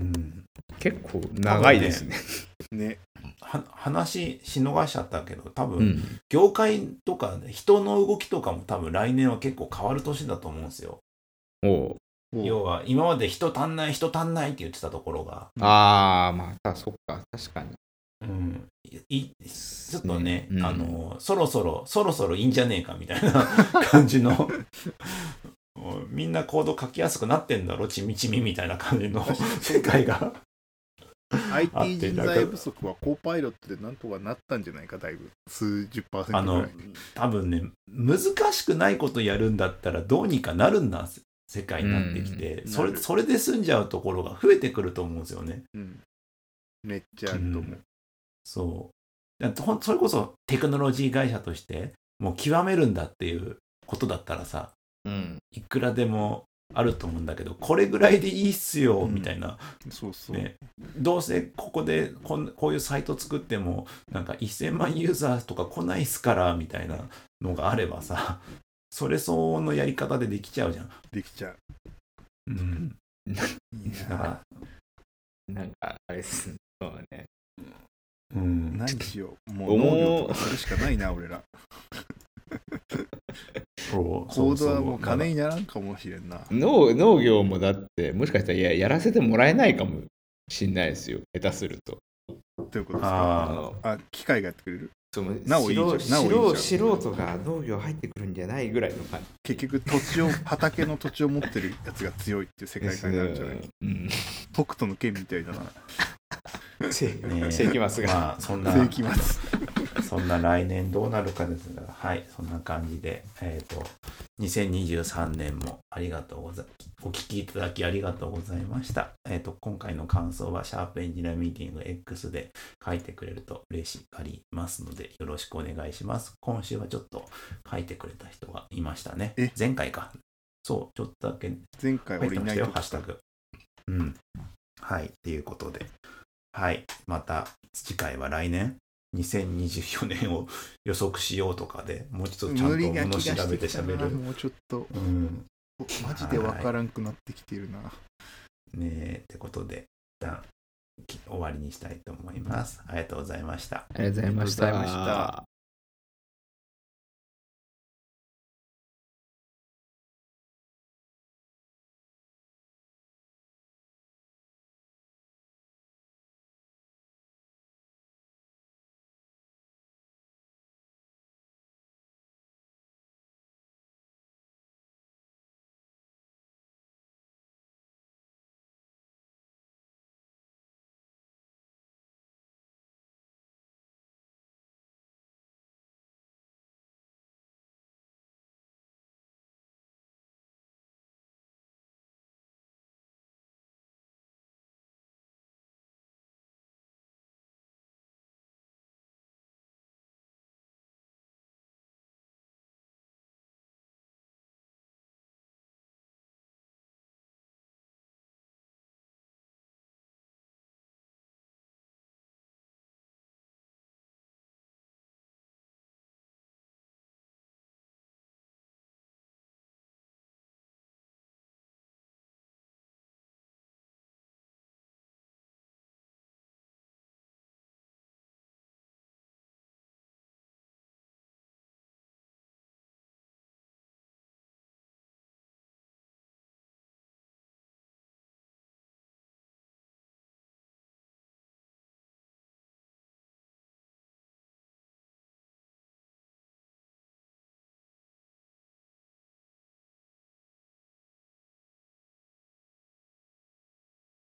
結構長いですね。 ねは話し逃しちゃったけど、多分、うん、業界とか人の動きとかも多分来年は結構変わる年だと思うんですよ。 お要は今まで人足んない人足んないって言ってたところが、 ああまあそっか、確かに、 うん、いちょっとね、うん、あのそろそろそろそろいいんじゃねえかみたいな感じのみんなコード書きやすくなってんだろちみちみみたいな感じの世界がアイティー 人材不足はコーパイロットでなんとかなったんじゃないか、だいぶ数十パーセントぐらい。あの多分ね、難しくないことやるんだったらどうにかなるんだ世界になってきて、うん、それそれで済んじゃうところが増えてくると思うんですよね、 うん、めっちゃあると思う、うん、 そうそれこそテクノロジー会社としてもう極めるんだっていうことだったらさ、うん、いくらでもあると思うんだけど、これぐらいでいいっすよみたいな、 うん、そうそう、 ね、どうせここでこんこういうサイト作ってもなんかせんまんユーザーとか来ないっすからみたいなのがあればさ、それ相応のやり方でできちゃうじゃん。 できちゃう。 うん。 いだからなんかあれですそうね。 うん。 何しよう。もう農業とかするしかないな俺ら。コードはもう金にならんかもしれんな。 農, 農業もだってもしかしたら や, やらせてもらえないかもしんないですよ、下手すると。 どういうことですか？ああ、機械がやってくれる。 そのなおいいじゃん。なおいいじゃん。 素人が農業入ってくるんじゃないぐらいの感じ。 結局土地を畑の土地を持ってるやつが強いっていう世界観になるんじゃない？うん、北斗の剣みたいだな。 世紀末が、 まあ、そんな世紀末そんな来年どうなるかですが、はい、そんな感じで、えっと、にせんにじゅうさんねんもありがとうございます。お聞きいただきありがとうございました。えっと、今回の感想は、シャープエンジニアミーティング X で書いてくれると嬉しがりますので、よろしくお願いします。今週はちょっと書いてくれた人がいましたね。前回か。そう、ちょっとだけ。 前回俺いないとハッシュタグ。うん。はい、ということで。はい、また次回は来年にせんにじゅうよねんを予測しようとかでもうちょっとちゃんともの調べて喋る。 もうちょっと、うん、マジでわからんくなってきてるな。 ねえってことで一旦終わりにしたいと思います。ありがとうございました。 ありがとうございました。